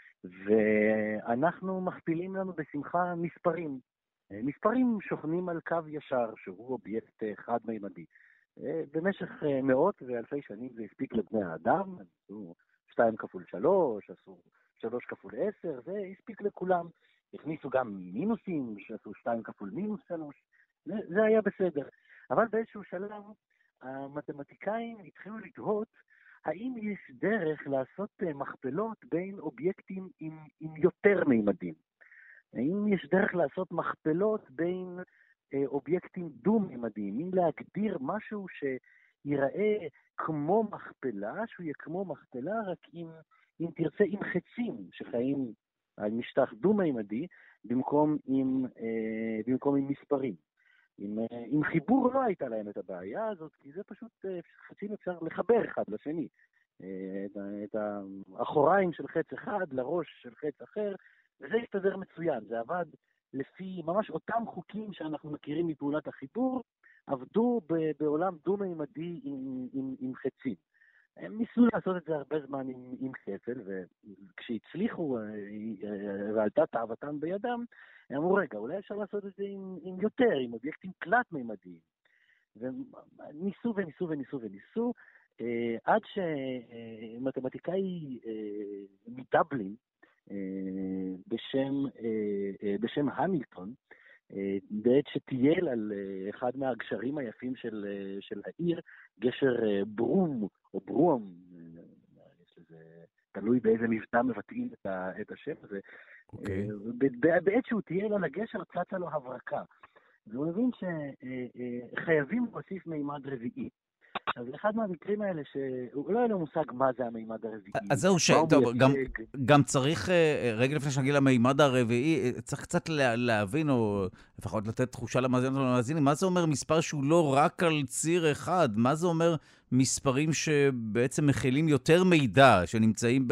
ואנחנו מכפילים לנו בשמחה מספרים. מספרים שוכנים על קו ישר שהוא אובייקט חד-מימדי. במשך מאות ואלפי שנים זה הספיק לבני האדם, עשו 2 כפול 3, עשו 3 כפול 10, זה הספיק לכולם. הכניסו גם מינוסים, שעשו 2 כפול מינוס 3, זה היה בסדר. אבל באיזשהו שלב, המתמטיקאים התחילו לתהות, האם יש דרך לעשות מכפלות בין אובייקטים עם יותר מימדים? האם יש דרך לעשות מכפלות בין אובייקטים דו-מימדיים? אם להגדיר משהו שיראה כמו מכפלה, שהוא יהיה כמו מכפלה, רק אם תרצה עם חצים שחיים על משטח דו-מימדי, במקום עם מספרים. עם חיבור לא הייתה להם את הבעיה הזאת, כי זה פשוט חצים אפשר לחבר אחד לשני. את האחוריים של חץ אחד לראש של חץ אחר, וזה הסתדר מצוין. זה עבד לפי ממש אותם חוקים שאנחנו מכירים מפעולת החיבור, עבדו בעולם דו-מימדי עם חצים. הם ניסו לעשות את זה הרבה זמן עם כפל, וכשהצליחו ועלתה תאוותם בידם, הם אמרו, רגע, אולי אפשר לעשות את זה עם יותר, עם אובייקטים תלת-מימדיים. וניסו וניסו וניסו וניסו, עד שמתמטיקאי מדבלין, בשם המילטון, בעת שטייל על אחד מהגשרים היפים של העיר, גשר ברום או ברום, יש לזה, תלוי באיזה מבטא מבטאים את השם הזה. בעת שהוא טייל על הגשר צצה לו הברקה, והוא מבין שחייבים להוסיף מימד רביעי. אז אחד מהמקרים האלה שהוא לא היה לו מושג מה זה המימד הרביעי. אז זהו, טוב, גם צריך, רגע לפני שנגיד למימד הרביעי, צריך קצת להבין, או לפחות לתת תחושה למאזינים, מה זה אומר מספר שהוא לא רק על ציר אחד? מה זה אומר מספרים שבעצם מכילים יותר מידע, שנמצאים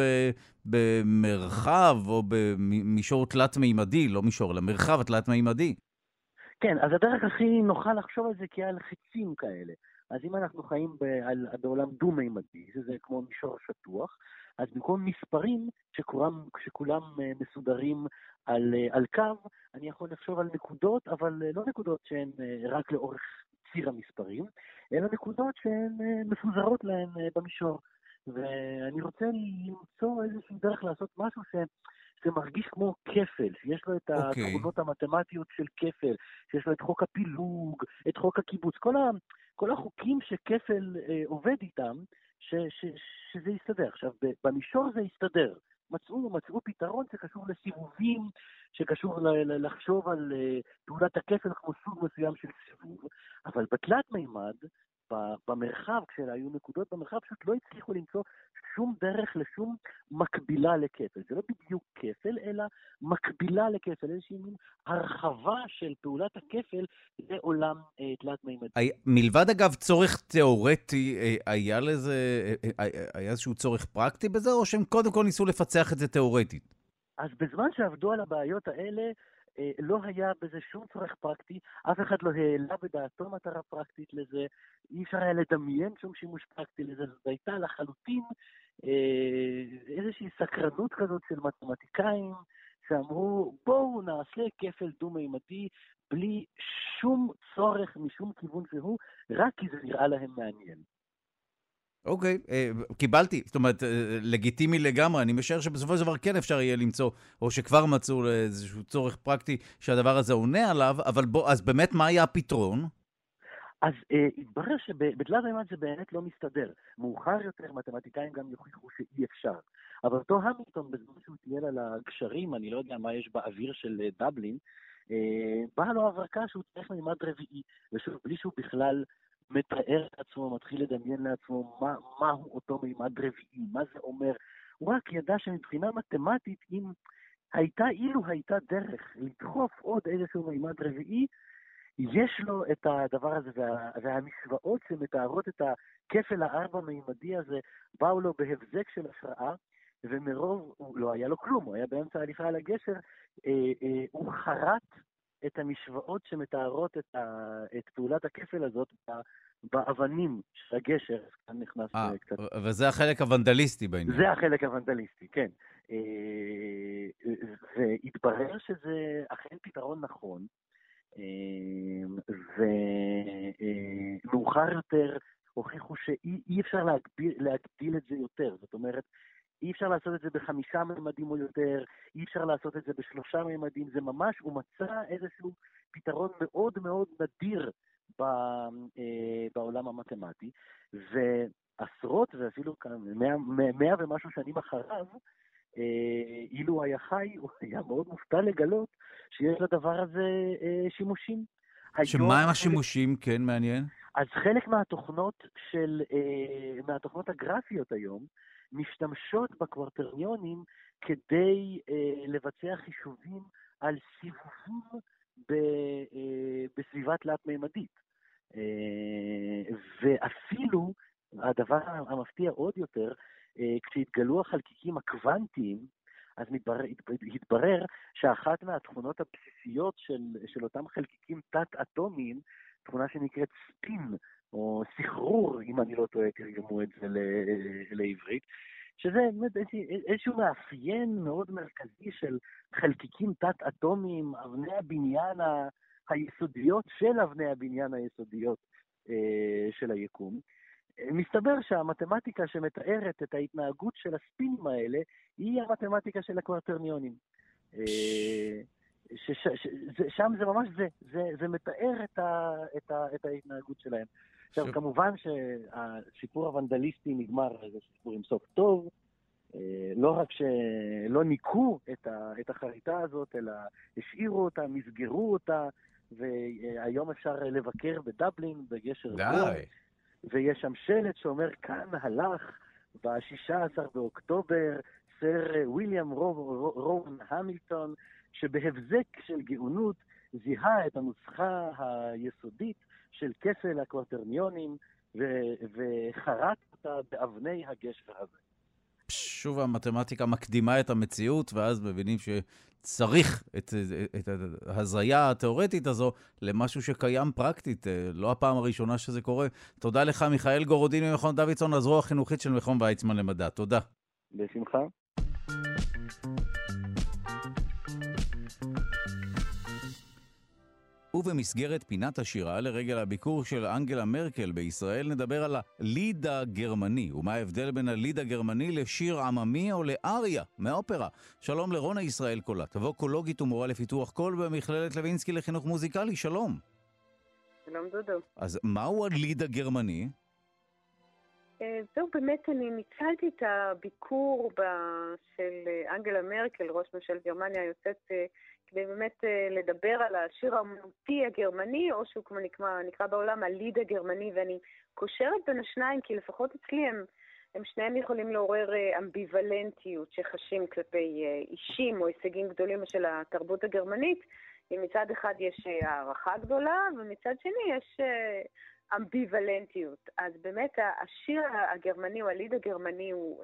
במרחב או במישור תלת-מימדי, לא מישור, אלא מרחב התלת-מימדי? כן, אז הדרך הכי נוחה לחשוב על זה כי על חצים כאלה. אז אם אנחנו חיים בעולם דו-מימדי, שזה כמו מישור שטוח, אז במקום מספרים שכולם מסודרים על קו, אני יכול לחשוב על נקודות, אבל לא נקודות שהן רק לאורך ציר המספרים, אלא נקודות שהן מפוזרות להן במישור. ואני רוצה למצוא איזושהי דרך לעשות משהו זה מרגיש כמו כפל, שיש לו את התכונות המתמטיות של כפל, שיש לו את חוק הפילוג, את חוק הקיבוץ, כל החוקים שכפל עובד איתם, שזה יסתדר. עכשיו, במישור זה יסתדר. מצאו פתרון שקשור לסיבובים, שקשור לחשוב על פעולת הכפל כמו סוג מסוים של סיבוב, אבל בתלת מימד, במרחב, כשהיו נקודות במרחב, פשוט לא הצליחו למצוא שום דרך לשום מקבילה לכפל. זה לא בדיוק כפל, אלא מקבילה לכפל, איזושהי מין הרחבה של פעולת הכפל לעולם תלת-מימדי. מלבד אגב צורך תיאורטי, היה איזשהו צורך פרקטי בזה, או שהם קודם כל ניסו לפצח את זה תיאורטית? אז בזמן שעבדו על הבעיות האלה, לא היה בזה שום צורך פרקטי, אף אחד לא העלה בדעתו מטרה פרקטית לזה, אי אפשר היה לדמיין שום שימוש פרקטי לזה, זאת הייתה לחלוטין איזושהי סקרנות כזאת של מתמטיקאים, שאמרו בואו נעשה כפל דו-מימדי בלי שום צורך משום כיוון שהוא, רק כי זה נראה להם מעניין. אוקיי, קיבלתי, זאת אומרת, לגיטימי לגמרי, אני משער שבסופו של דבר כן אפשר יהיה למצוא, או שכבר מצאו איזשהו צורך פרקטי שהדבר הזה עונה עליו, אבל בוא, אז באמת מה היה הפתרון? אז התברר שבתלת מימד זה באמת לא מסתדר. מאוחר יותר מתמטיקאים גם יוכיחו שאי אפשר. אבל אותו המילטון, בזמן שהוא טייל על הגשרים, אני לא יודע מה יש באוויר של דבלין, באה לו הברקה שהוא צריך מימד רביעי, ושוב, בלי שהוא בכלל מתאר את עצמו, מתחיל לדמיין לעצמו מהו אותו מימד רביעי, מה זה אומר. הוא רק ידע שמבחינה מתמטית, אילו הייתה דרך לדחוף עוד איזשהו מימד רביעי, יש לו את הדבר הזה, והמשוואות שמתארות את הכפל הארבע-מימדי הזה, באו לו בהבזק של השראה, ומרוב, לא היה לו כלום, הוא היה באמצע ההליכה על הגשר, הוא חרט את המשוואות שמתארות את פעולת הכפל הזאת באבנים של הגשר. כאן נכנס קצת. וזה החלק הוונדליסטי בעניין. זה החלק הוונדליסטי, כן. והתברר שזה אכן פתרון נכון, ומאוחר יותר הוכיחו שאי אפשר להגדיל את זה יותר. זאת אומרת, אי אפשר לעשות את זה ב5 ממדים או יותר, אי אפשר לעשות את זה ב3 ממדים, זה ממש, הוא מצא איזשהו פתרון מאוד מאוד נדיר בעולם המתמטי, ועשרות ואפילו 100 ומשהו שנים אחריו, אילו הוא היה חי, הוא היה מאוד מופתע לגלות שיש לדבר הזה שימושים. שמה הם השימושים? כן, מעניין. אז חלק מהתוכנות הגרפיות היום, משתמשות בקוורטריונים כדי לבצע חישובים על סיבובים בסביבה תלת-ממדית. ואפילו, הדבר המפתיע עוד יותר, כשהתגלו החלקיקים הקוונטיים, אז התברר שאחת מהתכונות הבסיסיות של אותם חלקיקים תת-אטומיים, תכונה שנקראת ספין, או סחרור, אם אני לא טועה, תרגמו את זה לעברית, שזה איזשהו מאפיין מאוד מרכזי של חלקיקים תת-אטומיים, אבני הבניין היסודיות של אבני הבניין היסודיות של היקום. מסתבר שהמתמטיקה שמתארת את ההתנהגות של הספינים האלה, היא המתמטיקה של הקוורטרניונים. שם זה ממש זה מתאר את ההתנהגות שלהם. עכשיו, כמובן שהסיפור הוונדליסטי נגמר, זה סיפור עם סוף טוב, לא רק שלא ניקו את החריטה הזאת, אלא השאירו אותה, מסגרו אותה, והיום אפשר לבקר בדבלין, בגשר גור, ויש שם שלט שאומר, כאן הלך ב-16 באוקטובר, סר וויליאם רובן המילטון, שבהבזק של גאונות זיהה את הנוסחה היסודית של כפל הקוורטרניונים וחרט אותה באבני הגשר הזה. שוב המתמטיקה מקדימה את המציאות, ואז מבינים שצריך את ההזריה התיאורטית הזו למשהו שקיים פרקטית. לא הפעם הראשונה שזה קורה. תודה לך, מיכאל גורודין ממכון דוידסון, הזרוע החינוכית של מכון ויצמן למדע. תודה. בשמחה. ובמסגרת פינת השירה לרגל הביקור של אנגלה מרקל בישראל נדבר על הליד הגרמני ומה ההבדל בין הליד הגרמני לשיר עממי או לאריה מהאופרה. שלום לרונה ישראל קולט, ווקולוגית ומורה לפיתוח קול במכללת לוינסקי לחינוך מוזיקלי. שלום. שלום דודו. אז מהו הליד הגרמני? זהו, באמת אני ניצלתי את הביקור של אנגלה מרקל, ראש ממשלת גרמניה היוצאת, כדי באמת לדבר על השיר האמנותי הגרמני, או שהוא כמו נקרא בעולם הליד הגרמני, ואני קושרת בין השניים, כי לפחות אצלי הם שניהם יכולים לעורר אמביוולנטיות שחשים כלפי אישים או הישגים גדולים של התרבות הגרמנית. מצד אחד יש הערכה גדולה, ומצד שני יש אמביוולנטיות. אז באמת השיר הגרמני או הליד הגרמני הוא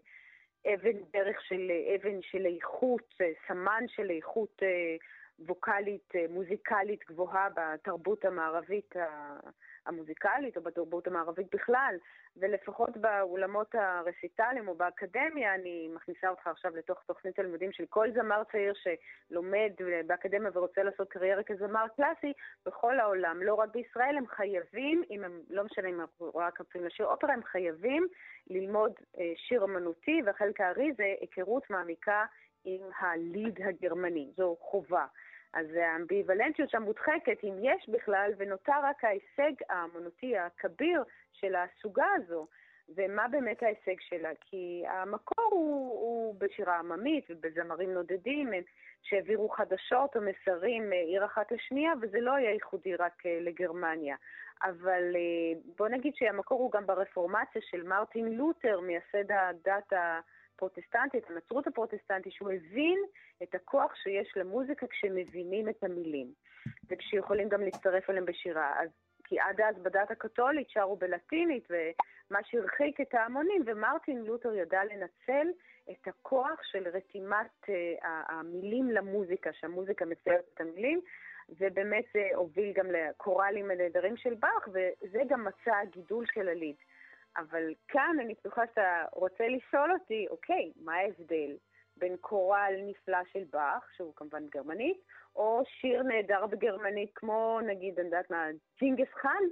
אבן של איכות, סמן של איכות ווקלית, מוזיקלית גבוהה בתרבות המערבית המוזיקלית או בתרבות המערבית בכלל, ולפחות באולמות הרסיטליים או באקדמיה, אני מכניסה אותך עכשיו לתוך תוכנית הלימודים של כל זמר צעיר שלומד באקדמיה ורוצה לעשות קריירה כזמר קלאסי, בכל העולם, לא רק בישראל, הם חייבים, אם הם לא משנה אם אנחנו רק רוצים לשיר אופרה, הם חייבים ללמוד שיר אמנותי, והחלק הארי זה היכרות מעמיקה עם הליד הגרמני, זו חובה. אז האמביוולנטיות שם מודחקת, אם יש בכלל, ונותר רק ההישג האמנותי הכביר של הסוגה הזו. ומה באמת ההישג שלה? כי המקור הוא בשירה עממית ובזמרים נודדים שהעבירו חדשות או מסרים עיר אחת לשנייה, וזה לא היה ייחודי רק לגרמניה. אבל בוא נגיד שהמקור הוא גם ברפורמציה של מרטין לותר, מייסד הדת הפרוטסטנטית, הנצרות הפרוטסטנטית, שהוא הבין את הכוח שיש למוזיקה כשמבינים את המילים, וכשיכולים גם להצטרף אליהם בשירה. אז כי עד אז בדת הקתולית שרו בלטינית, ומה שהרחיק את ההמונים, ומרטין לותר ידע לנצל את הכוח של רתימת המילים למוזיקה, שהמוזיקה מציירת את המילים, ובאמת זה הוביל גם לקורלים הנהדרים של באך, וזה גם מצא הגידול של הליד. אבל כאן אני בטוחה שאתה רוצה לשאול אותי, אוקיי, מה ההבדל בין קורל נפלא של באך, שהוא כמובן גרמנית, או שיר נהדר בגרמנית, כמו נגיד, אני יודעת מה, ג'ינגס חאן,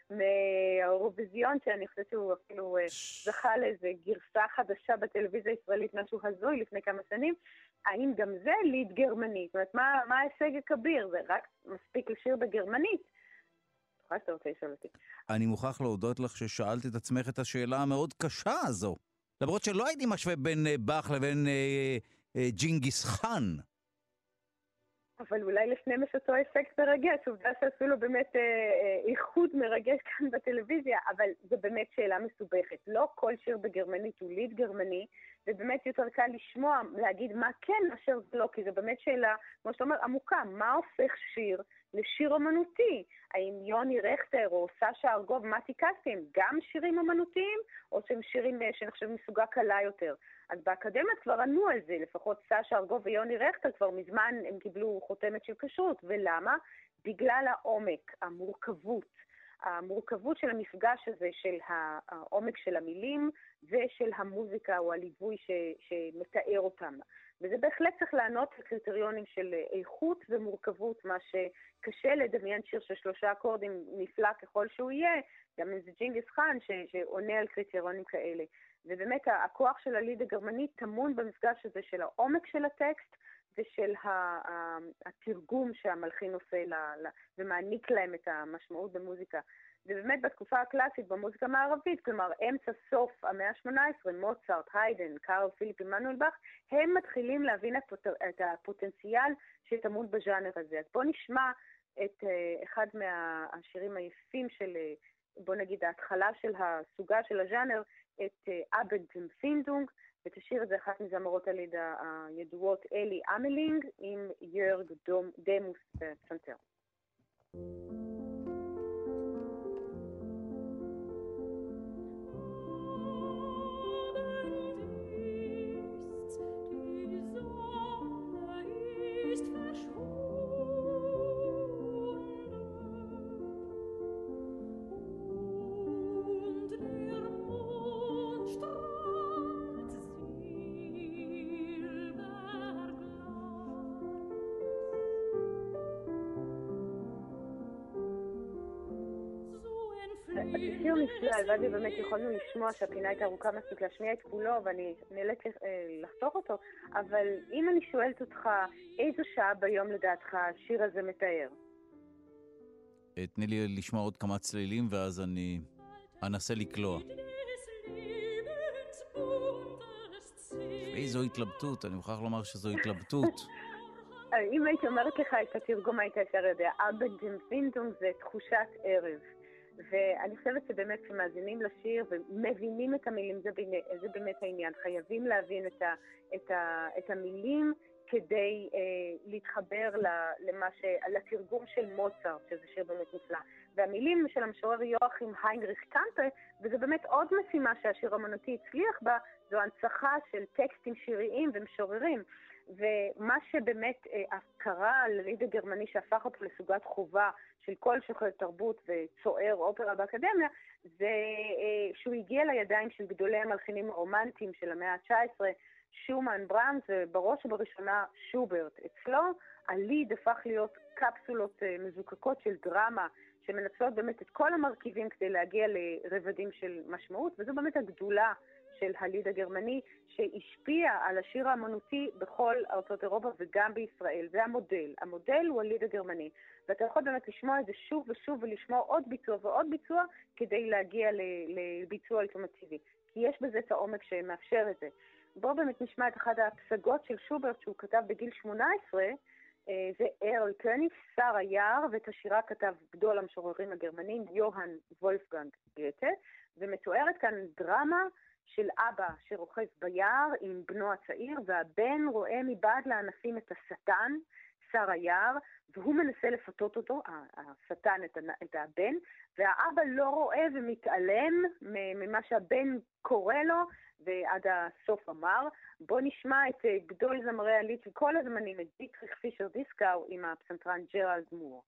מהאירוויזיון, שאני חושבת שהוא אפילו זכה לאיזה גרסה חדשה בטלוויזיה הישראלית, משהו הזוי לפני כמה שנים. האם גם זה ליד גרמני? זאת אומרת, מה ההישג הכביר? זה רק מספיק לשיר בגרמנית. אתה רוצה לשאול אותי? אני מוכרח להודות לך ששאלת את עצמך את השאלה המאוד קשה הזו. למרות שלא הייתי משווה בין באך לבין ג'ינגיס חאן. אבל אולי לשניהם יש אותו אפקט מרגש, עובדה שעשו לו באמת איחוד מרגש כאן בטלוויזיה, אבל זו באמת שאלה מסובכת. לא כל שיר בגרמנית הוא ליד גרמני, ובאמת יותר קל לשמוע, להגיד מה כן מאשר זה לא, כי זו באמת שאלה, כמו שאתה אומר, עמוקה. מה הופך שיר לשיר אמנותי? האם יוני רכטר או סשה ארגוב, מה תיקסתם? גם שירים אמנותיים, או שהם שירים שנחשבים מסוגה קלה יותר? אז באקדמיה כבר ענו על זה, לפחות סשה ארגוב ויוני רכטר כבר מזמן הם קיבלו חותמת של כשרות. ולמה? בגלל העומק, המורכבות של המפגש הזה, של העומק של המילים ושל המוזיקה או הליווי שמתאר אותם. וזה בהחלט צריך לענות לקריטריונים של איכות ומורכבות, מה שקשה לדמיין שיר של 3 אקורדים נפלא ככל שהוא יהיה, גם אם זה ג'ינגיס חאן שעונה על קריטריונים כאלה. ובאמת הכוח של הליד הגרמני טמון במפגש הזה של העומק של הטקסט ושל התרגום שהמלחין עושה ומעניק להם את המשמעות במוזיקה. ובאמת בתקופה הקלאסית במוזיקה המערבית, כלומר אמצע סוף המאה ה-18, מוצרט, היידן, קארל פיליפ עמנואל באך, הם מתחילים להבין את הפוטנציאל שטמון בז'אנר הזה. אז בואו נשמע את אחד מהשירים היפים של, בוא נגיד, ההתחלה של הסוגה של הז'אנר, את אבנדמפינדונג, ותשאיר את זה אחת מזמרות הליד הידועות אלי אמלינג עם יורג דמוס פסנתר. שיר נפלא, ואז באמת יכולנו לשמוע שהפינה הייתה ארוכה מספיק להשמיע את כולו, ואני נאלץ לחתוך אותו, אבל אם אני שואלת אותך, איזו שעה ביום לדעתך השיר הזה מתאר? תני לי לשמוע עוד כמה צלילים, ואז אני אנסה לקלוע. איזו התלבטות, אני מוכרח לומר שזו התלבטות. אם הייתי אומרת לך את התרגום, היית אפשר יודע, אבנדמפינדונג זה תחושת ערב. ואני חושבת שבאמת שמאזינים לשיר ומבינים את המילים, זה באמת העניין. חייבים להבין את המילים כדי להתחבר לתרגום של מוצרט, שזה שיר באמת נפלא. והמילים של המשורר יואכים היינריך קמפה, וזה באמת עוד משימה שהשיר האמנותי הצליח בה, זו הנצחה של טקסטים שיריים ומשוררים. ומה שבאמת קרה לליד הגרמני שהפך אותו לסוגת חובה של כל שוחר תרבות וצוער אופרה באקדמיה, זה שהוא הגיע לידיים של גדולי המלחינים הרומנטיים של המאה ה-19, שומן, ברמס, ובראש ובראשונה שוברט. אצלו הליד הפך להיות קפסולות מזוקקות של דרמה, שמנצלות באמת את כל המרכיבים כדי להגיע לרבדים של משמעות, וזו באמת הגדולה של הליד הגרמני, שהשפיע על השיר האמנותי בכל ארצות אירופה וגם בישראל. זה המודל. המודל הוא הליד הגרמני. ואתה יכול באמת לשמוע את זה שוב ושוב, ולשמוע עוד ביצוע ועוד ביצוע, כדי להגיע לביצוע אולטימטיבי. כי יש בזה את העומק שמאפשר את זה. בואו באמת נשמע את אחת הפסגות של שוברט, שהוא כתב בגיל 18, זה ארל קניג, שר היער, ואת השירה כתב גדול המשוררים הגרמנים, יוהאן וולפגנג גתה, ומתוארת כאן דרמה של אבא שרוכב ביער עם בנו הצעיר, והבן רואה מבעד לענפים את השטן, שר היער, והוא מנסה לפתות אותו, השטן, את הבן, והאבא לא רואה ומתעלם ממה שהבן קורא לו, ועד הסוף אמר. בוא נשמע את גדול זמרי הליד של כל הזמנים, את דיטריך פישר דיסקאו עם הפסנתרן ג'רלד מור.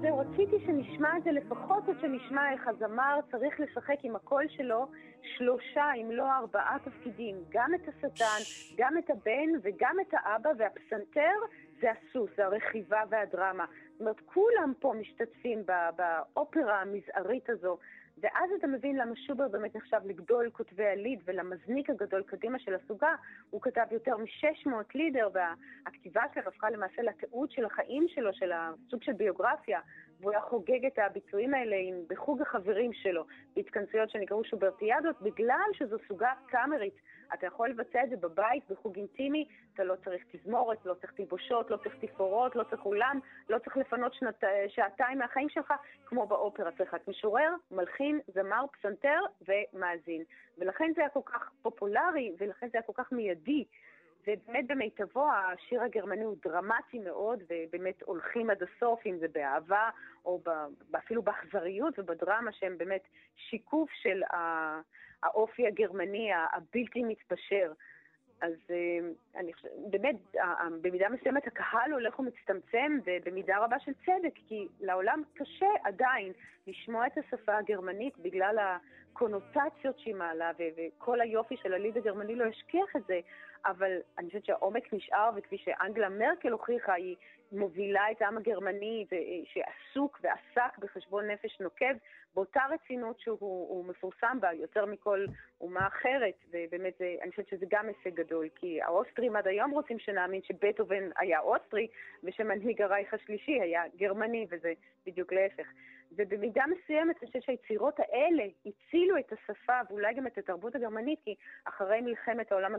זהו, רציתי שנשמע את זה לפחות עד שנשמע איך הזמר צריך לשחק עם הקול שלו 3 אם לא 4 תפקידים, גם את השטן, גם את הבן וגם את האבא, והפסנתר זה הסוס, זה הרכיבה והדרמה. זאת אומרת, כולם פה משתתפים באופרה המזערית הזו, ואז אתה מבין למה שוברט באמת נחשב לגדול כותבי הליד ולמזניק הגדול קדימה של הסוגה. הוא כתב יותר מ-600 לידר, והכתיבה שלו הפכה למעשה לתיעוד של החיים שלו, של הסוג של ביוגרפיה, והוא היה חוגג את הביצועים האלה בחוג החברים שלו, בהתכנסויות שנקראו שוברטיאדות, בגלל שזו סוגה קאמרית. אתה יכול לבצע את זה בבית, בחוג אינטימי, אתה לא צריך תזמורת, לא צריך תלבושות, לא צריך תפאורות, לא צריך אולם, לא צריך לפנות שעתיים מהחיים שלך, כמו באופרה, צריך רק משורר, מלחין, זמר, פסנתר ומאזין. ולכן זה היה כל כך פופולרי, ולכן זה היה כל כך מיידי. ובאמת במיטבו, השיר הגרמני הוא דרמטי מאוד, ובאמת הולכים עד הסוף, אם זה באהבה, או אפילו באכזריות ובדרמה, שהם באמת שיקוף של האופי הגרמני הבלתי מתפשר. אז אני חושבת, באמת, במידה מסוימת הקהל הולך ומצטמצם, ובמידה רבה של צדק, כי לעולם קשה עדיין לשמוע את השפה הגרמנית, בגלל הקונוטציות שהיא מעלה, וכל היופי של הליד הגרמני לא ישכיח את זה, אבל אני חושבת שהעומק נשאר, וכפי שאנגלה מרקל הוכיחה, היא מובילה את העם הגרמני, שעסוק ועסק בחשבון נפש נוקב, באותה רצינות שהוא מפורסם בה, יותר מכל אומה אחרת, ובאמת אני חושבת שזה גם הישג גדול, כי האוסטרים עד היום רוצים שנאמין שבטהובן היה אוסטרי, ושמנהיג הרייך השלישי היה גרמני, וזה בדיוק להפך. ובמידה מסוימת אני חושבת שהיצירות האלה הצילו את השפה ואולי גם את התרבות הגרמנית, כי אחרי מלחמת העולם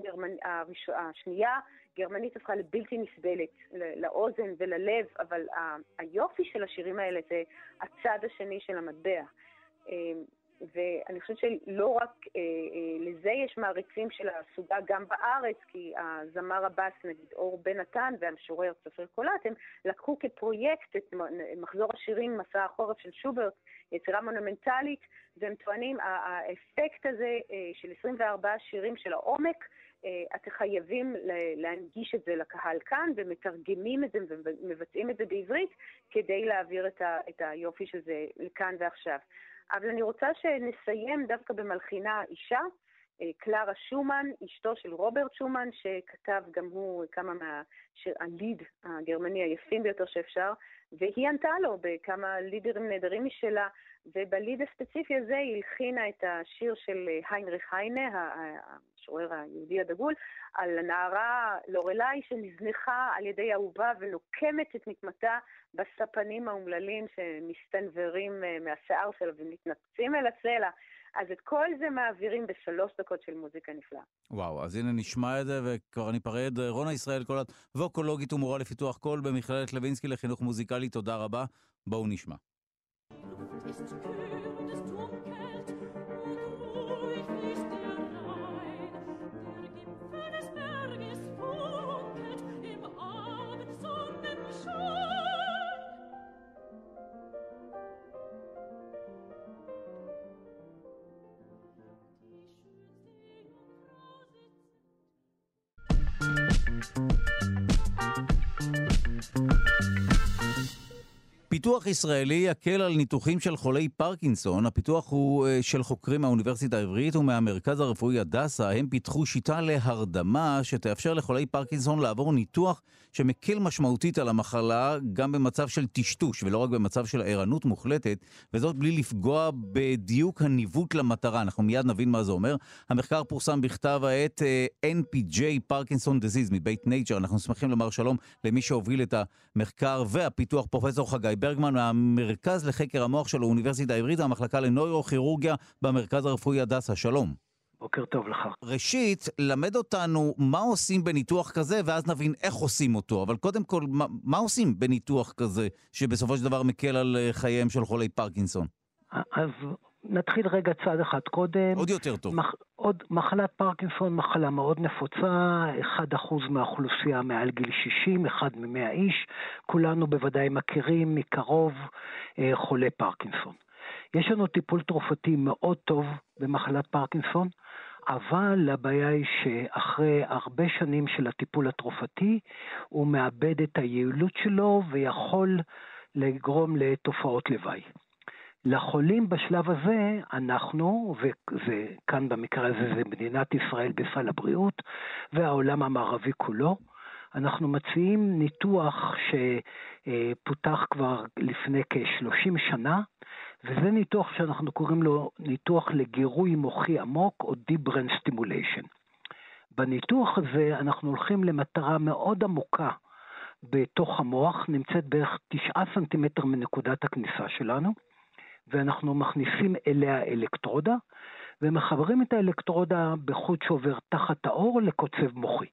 השנייה, גרמנית הפכה לבלתי נסבלת, לאוזן וללב, אבל היופי של השירים האלה זה הצד השני של המטבע. ואני חושבת שלא רק לזה יש מעריצים של הסוגה גם בארץ, כי הזמר הבאס, נגיד אור בן נתן והמשורר צפיר קולט, הם לקחו כפרויקט את מחזור השירים מסע החורף של שוברט, יצירה מונומנטלית, והם טוענים האפקט הזה של 24 שירים של העומק, אתם חייבים להנגיש את זה לקהל כאן, ומתרגמים את זה ומבצעים את זה בעברית, כדי להעביר את היופי של זה לכאן ועכשיו. אבל אני רוצה שנסיים דווקא במלחינה אישה, קלרה שומן, אשתו של רוברט שומן, שכתב גם הוא כמה מהליד הגרמני היפים ביותר שאפשר, והיא ענתה לו בכמה לידרים נהדרים משלה, ובליד הספציפי הזה היא הלחינה את השיר של היינריך היינה, המשורר היהודי הדגול, על הנערה לורלי שנזנחה על ידי אהובה ונוקמת את נקמתה בספנים האומללים שמסתנברים מהשיער שלה ומתנפצים אל הסלע. אז את כל זה מעבירים ב3 דקות של מוזיקה נפלאה. וואו, אז הנה נשמע את זה, וכבר ניפרד. רונה ישראל קולט, ווקולוגית ומורה לפיתוח קול במכללת לוינסקי לחינוך מוזיקלי, תודה רבה. בואו נשמע. פיתוח ישראלי יקל על ניתוחים של חולי פרקינסון. הפיתוח הוא של חוקרים מהאוניברסיטה העברית ומהמרכז הרפואי הדסה. הם פיתחו שיטה להרדמה שתאפשר לחולי פרקינסון לעבור ניתוח שמקל משמעותית על המחלה גם במצב של טשטוש ולא רק במצב של ערנות מוחלטת, וזאת בלי לפגוע בדיוק הניווט למטרה. אנחנו מיד נבין מה זה אומר. המחקר פורסם בכתב העת NPJ Parkinson Disease מבית נייצ'ר. אנחנו שמחים לומר שלום למי שהוביל את המחקר והפיתוח, פרופסור חגי ברגמן מהמרכז לחקר המוח של האוניברסיטה העברית, המחלקה לנוירוכירורגיה במרכז הרפואי הדסה. שלום. בוקר טוב לך. ראשית, למד אותנו מה עושים בניתוח כזה, ואז נבין איך עושים אותו. אבל קודם כל, מה עושים בניתוח כזה, שבסופו של דבר מקל על חייהם של חולי פרקינסון? אז נתחיל רגע צעד אחד קודם. עוד יותר טוב. מחלת פרקינסון, מחלה מאוד נפוצה, 1% מהאוכלוסייה מעל גיל 60, 1 מ-100 איש. כולנו בוודאי מכירים מקרוב חולי פרקינסון. יש לנו טיפול תרופתי מאוד טוב במחלת פרקינסון, אבל הבעיה היא שאחרי הרבה שנים של הטיפול התרופתי, הוא מאבד את היעילות שלו ויכול לגרום לתופעות לוואי. לחולים בשלב הזה, אנחנו, וכאן במקרה הזה זה מדינת ישראל בסל הבריאות, והעולם המערבי כולו, אנחנו מציעים ניתוח שפותח כבר לפני כ-30 שנה, וזה ניתוח שאנחנו קוראים לו ניתוח לגירוי מוחי עמוק, או Deep Brain Stimulation. בניתוח הזה אנחנו הולכים למטרה מאוד עמוקה בתוך המוח, נמצאת בערך 9 סנטימטר מנקודת הכניסה שלנו, ואנחנו מכניסים אליה אלקטרודה, ומחברים את האלקטרודה בחוט שעובר תחת האור לקוצב מוחי.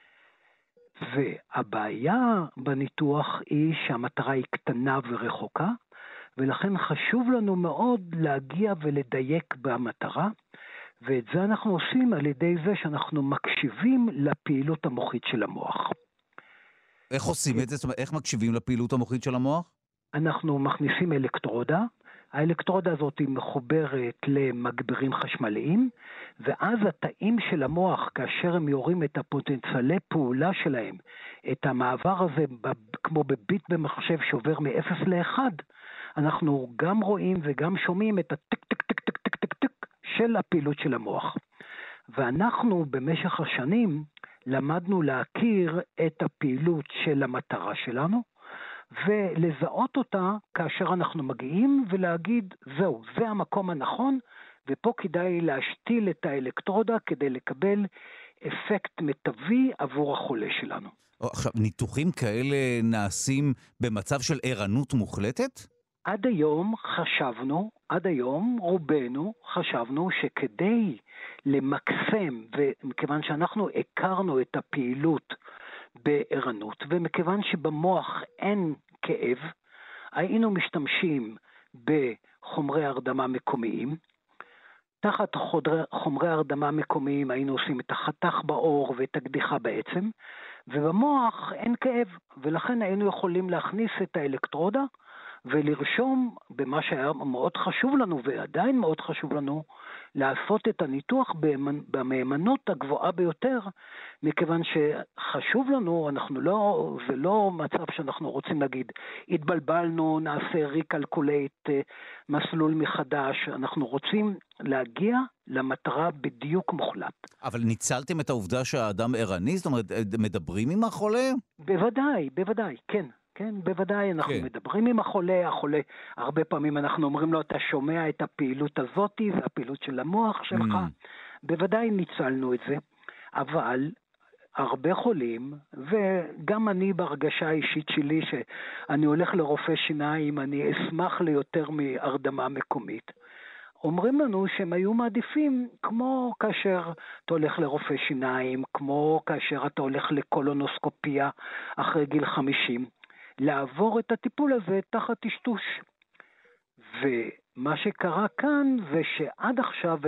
והבעיה בניתוח היא שהמטרה היא קטנה ורחוקה, ולכן חשוב לנו מאוד להגיע ולדייק במטרה, ואת זה אנחנו עושים על ידי זה שאנחנו מקשיבים לפעילות המוחית של המוח. איך עושים את זה? זאת אומרת, איך מקשיבים לפעילות המוחית של המוח? אנחנו מכניסים אלקטרודה, האלקטרודה הזאת היא מחוברת למגברים חשמליים, ואז התאים של המוח, כאשר הם יורים את הפוטנציאלי פעולה שלהם, את המעבר הזה כמו בביט במחשב שעובר מ-0 ל-1, אנחנו גם רואים וגם שומעים את הטק טק טק טק טק טק טק של הפעילות של המוח. ואנחנו במשך השנים למדנו להכיר את הפעילות של המטרה שלנו, ולזהות אותה כאשר אנחנו מגיעים ולהגיד, זהו, זה המקום הנכון, ופה כדאי להשתיל את האלקטרודה כדי לקבל אפקט מטבי עבור החולה שלנו. עכשיו, ניתוחים כאלה נעשים במצב של ערנות מוחלטת? עד היום רובנו חשבנו שכדי למקסם, ומכיוון שאנחנו הכרנו את הפעילות בערנות, ומכיוון שבמוח אין כאב, היינו משתמשים בחומרי הרדמה מקומיים. תחת חומרי הרדמה מקומיים היינו עושים את החתך באור ואת הקדיחה בעצם, ובמוח אין כאב, ולכן היינו יכולים להכניס את האלקטרודה, ולרשום במה שהיה מאוד חשוב לנו, ועדיין מאוד חשוב לנו, לעשות את הניתוח במהימנות הגבוהה ביותר, מכיוון שחשוב לנו, זה לא מצב שאנחנו רוצים להגיד, התבלבלנו, נעשה ריקלקולייט, מסלול מחדש, אנחנו רוצים להגיע למטרה בדיוק מוחלט. אבל ניצלתם את העובדה שהאדם ערני? זאת אומרת, מדברים עם החולה? בוודאי, כן. כן, בוודאי אנחנו מדברים עם החולה, הרבה פעמים אנחנו אומרים לו, אתה שומע את הפעילות הזאת, זה הפעילות של המוח שלך, בוודאי ניצלנו את זה, אבל הרבה חולים, וגם אני בהרגשה האישית שלי, שאני הולך לרופא שיניים, אני אשמח ליותר מהרדמה מקומית, אומרים לנו שהם היו מעדיפים, כמו כאשר אתה הולך לרופא שיניים, כמו כאשר אתה הולך לקולונוסקופיה אחרי גיל 50, לעבור את הטיפול הזה תחת טשטוש. ומה שקרה כאן זה שעד עכשיו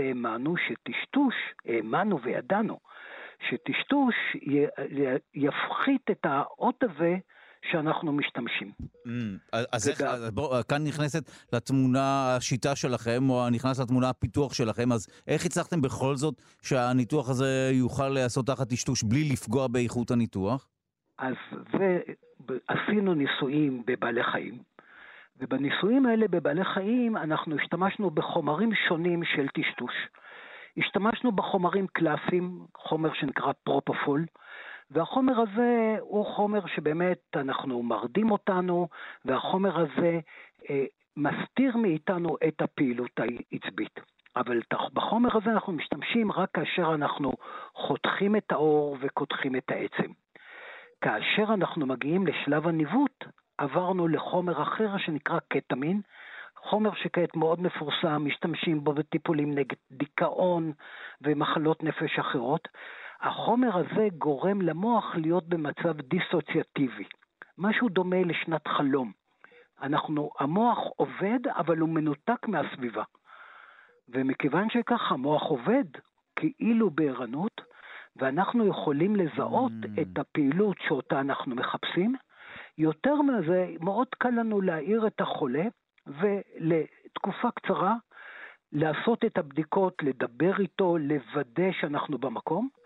האמנו וידענו שטשטוש יפחית את האות הזה שאנחנו משתמשים. אז כאן נכנסת לתמונה השיטה שלכם, או נכנס לתמונה הפיתוח שלכם, אז איך הצלחתם בכל זאת שהניתוח הזה יוכל לעשות תחת טשטוש בלי לפגוע באיכות הניתוח? אז עשינו ניסויים בבעלי חיים, ובניסויים האלה בבעלי חיים אנחנו השתמשנו בחומרים שונים של טשטוש. השתמשנו בחומרים קלאסיים, חומר שנקרא פרופופול, והחומר הזה הוא חומר שבאמת אנחנו מרדים אותנו, והחומר הזה מסתיר מאיתנו את הפעילות העצבית. אבל בחומר הזה אנחנו משתמשים רק כאשר אנחנו חותכים את האור וקודחים את העצם. כאשר אנחנו מגיעים לשלב הניווט, עברנו לחומר אחר שנקרא קטמין, חומר שכעת מאוד מפורסם, משתמשים בו בטיפולים נגד דיכאון ומחלות נפש אחרות. החומר הזה גורם למוח להיות במצב דיסוציאטיבי, משהו דומה לשנת חלום. המוח עובד, אבל הוא מנותק מהסביבה. ומכיוון שכך המוח עובד כאילו בערנות, ואנחנו יכולים לזהות את הפעילות שאותה אנחנו מחפשים, יותר מזה מאוד קל לנו להעיר את החולה, ולתקופה קצרה לעשות את הבדיקות, לדבר איתו, לוודא שאנחנו במקום,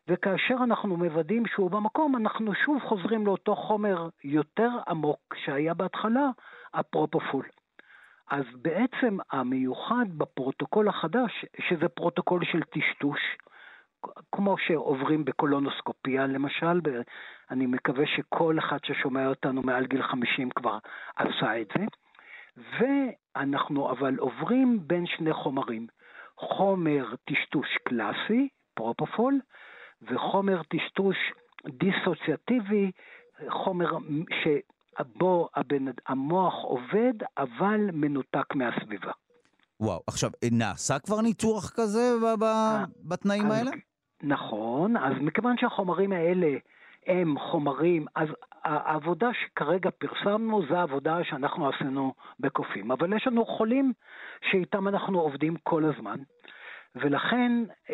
וכאשר אנחנו מוודאים שהוא במקום, אנחנו שוב חוזרים לאותו חומר יותר עמוק שהיה בהתחלה, הפרופופול. אז בעצם המיוחד בפרוטוקול החדש, שזה פרוטוקול של טשטוש, כמו שעוברים בקולונוסקופיה למשל, אני מקווה שכל אחד ששומע אותנו מעל גיל 50 כבר עשה את זה, ואנחנו אבל עוברים בין שני חומרים, חומר טשטוש קלאסי, פרופופול, וחומר טשטוש דיסוציאטיבי, חומר שבו המוח עובד אבל מנותק מהסביבה. וואו, עכשיו, נעשה כבר ניתוח כזה בתנאים האלה? נכון, אז מכיוון שהחומרים האלה הם חומרים, אז העבודה שכרגע פרסמנו, זה העבודה שאנחנו עשינו בקופים, אבל יש לנו חולים שאיתם אנחנו עובדים כל הזמן, ולכן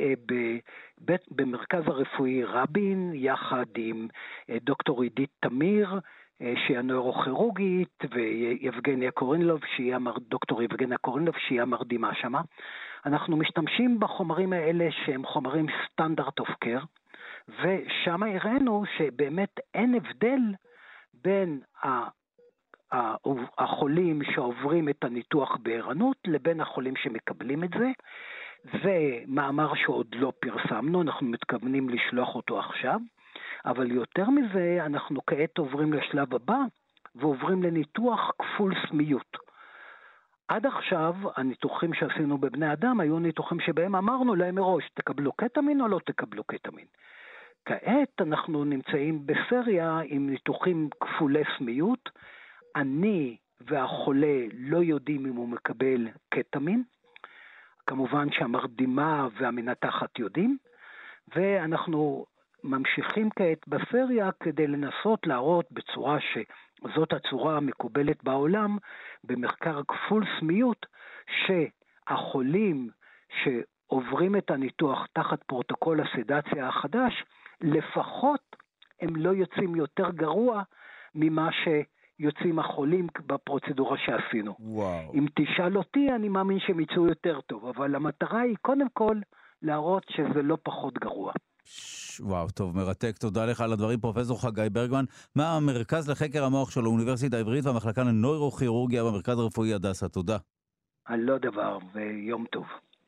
במרכז הרפואי רבין, יחד עם דוקטור עידית תמיר, שהיא הנוירוכירורגית, ויבגניה קורינלוב, דוקטור יבגניה קורינלוב, שהיא המרדימה שמה, אנחנו משתמשים בחומרים האלה שהם חומרים סטנדרט אוף קר, ושם הראינו שבאמת אין הבדל בין החולים שעוברים את הניתוח בערנות לבין החולים שמקבלים את זה. זה מאמר שעוד לא פרסמנו, אנחנו מתכוונים לשלוח אותו עכשיו, אבל יותר מזה אנחנו כעת עוברים לשלב הבא ועוברים לניתוח כפול סמיות. עד עכשיו הניתוחים שעשינו בבני אדם היו ניתוחים שבהם אמרנו להם מראש, תקבלו קטמין או לא תקבלו קטמין. כעת אנחנו נמצאים בסריה עם ניתוחים כפולי סמיות, אני והחולה לא יודעים אם הוא מקבל קטמין, כמובן שהמרדימה והמנתחת יודעים, ואנחנו ממשיכים כעת בסריה כדי לנסות להראות בצורה שזאת הצורה המקובלת בעולם, במחקר כפול סמיות, שהחולים שעוברים את הניתוח תחת פרוטוקול הסדציה החדש, לפחות הם לא יוצאים יותר גרוע ממה שיוצאים החולים בפרוצדורה שעשינו. וואו. אם תשאל אותי, אני מאמין שהם יצאו יותר טוב, אבל המטרה היא קודם כל להראות שזה לא פחות גרוע. וואו, טוב, מרתק. תודה לך על הדברים, פרופסור חגי ברגמן, מהמרכז לחקר המוח של האוניברסיטה העברית והמחלקה לנוירוכירורגיה במרכז הרפואי הדסה. תודה. על לא דבר, ויום טוב.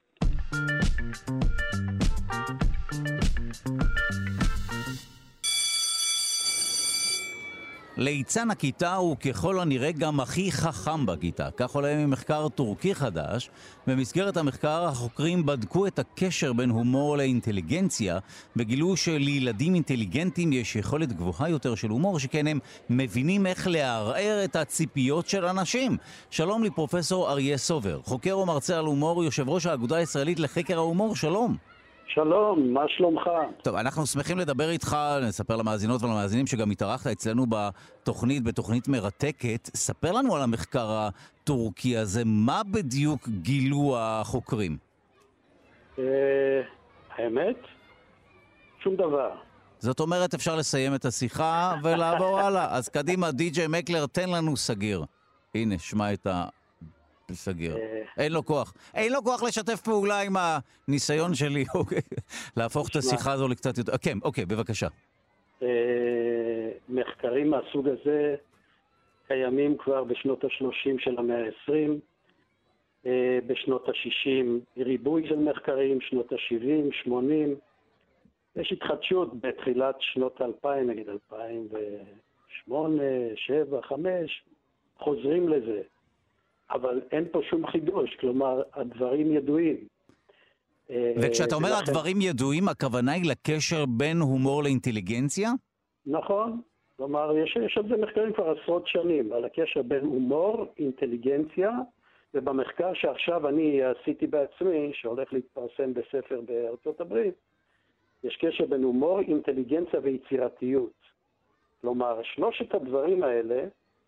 ליצן הכיתה הוא ככל הנראה גם הכי חכם בכיתה. כך עולה ממחקר טורקי חדש. במסגרת המחקר החוקרים בדקו את הקשר בין הומור לאינטליגנציה, וגילו שלילדים אינטליגנטים יש יכולת גבוהה יותר של הומור, שכן הם מבינים איך לערער את הציפיות של אנשים. שלום לי פרופסור אריה סובר, חוקר ומרצה על הומור, יושב ראש האגודה הישראלית לחקר ההומור. שלום. שלום, מה שלומך? טוב, אנחנו שמחים לדבר איתך, נספר למאזינות ולמאזינים שגם התארחת אצלנו בתוכנית מרתקת. ספר לנו על המחקר הטורקי הזה, מה בדיוק גילו החוקרים? האמת? שום דבר. זאת אומרת, אפשר לסיים את השיחה ולעבור הלאה. אז קדימה, די.ג'יי מקלר, תן לנו סגיר. הנה, שמע את סגיר. אין לו כוח. אין לו כוח לשתף פעולה עם הניסיון שלי, להפוך את השיחה הזו לקצת יותר. אוקיי, בבקשה. מחקרים מהסוג הזה קיימים כבר בשנות ה-30 של המאה ה-20, בשנות ה-60 ריבוי של מחקרים, שנות ה-70, 80. יש התחדשות בתחילת שנות ה-2000, נגיד 2008, 7, 5, חוזרים לזה. אבל אין פה שום חידוש, כלומר, הדברים ידועים. וכשאתה אומר הדברים ידועים, הכוונה היא לקשר בין הומור לאינטליגנציה? נכון, כלומר, יש על זה מחקרים כבר עשרות שנים, על הקשר בין הומור, אינטליגנציה, ובמחקר שעכשיו אני עשיתי בעצמי, שהולך להתפרסם בספר בארצות הברית, יש קשר בין הומור, אינטליגנציה ויצירתיות. כלומר, שלושת הדברים האלה,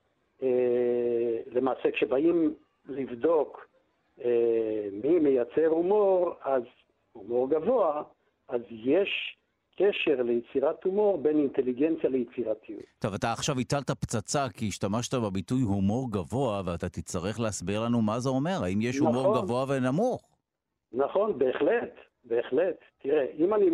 למעשה כשבאים לבדוק מי מייצר הומור, אז הומור גבוה, אז יש קשר ליצירת הומור בין אינטליגנציה ליצירתיות. טוב, אתה עכשיו הטלת פצצה כי השתמשת בביטוי הומור גבוה, ואתה תצטרך להסביר לנו מה זה אומר, האם יש הומור גבוה ונמוך? נכון, בהחלט. בהחלט. תראה,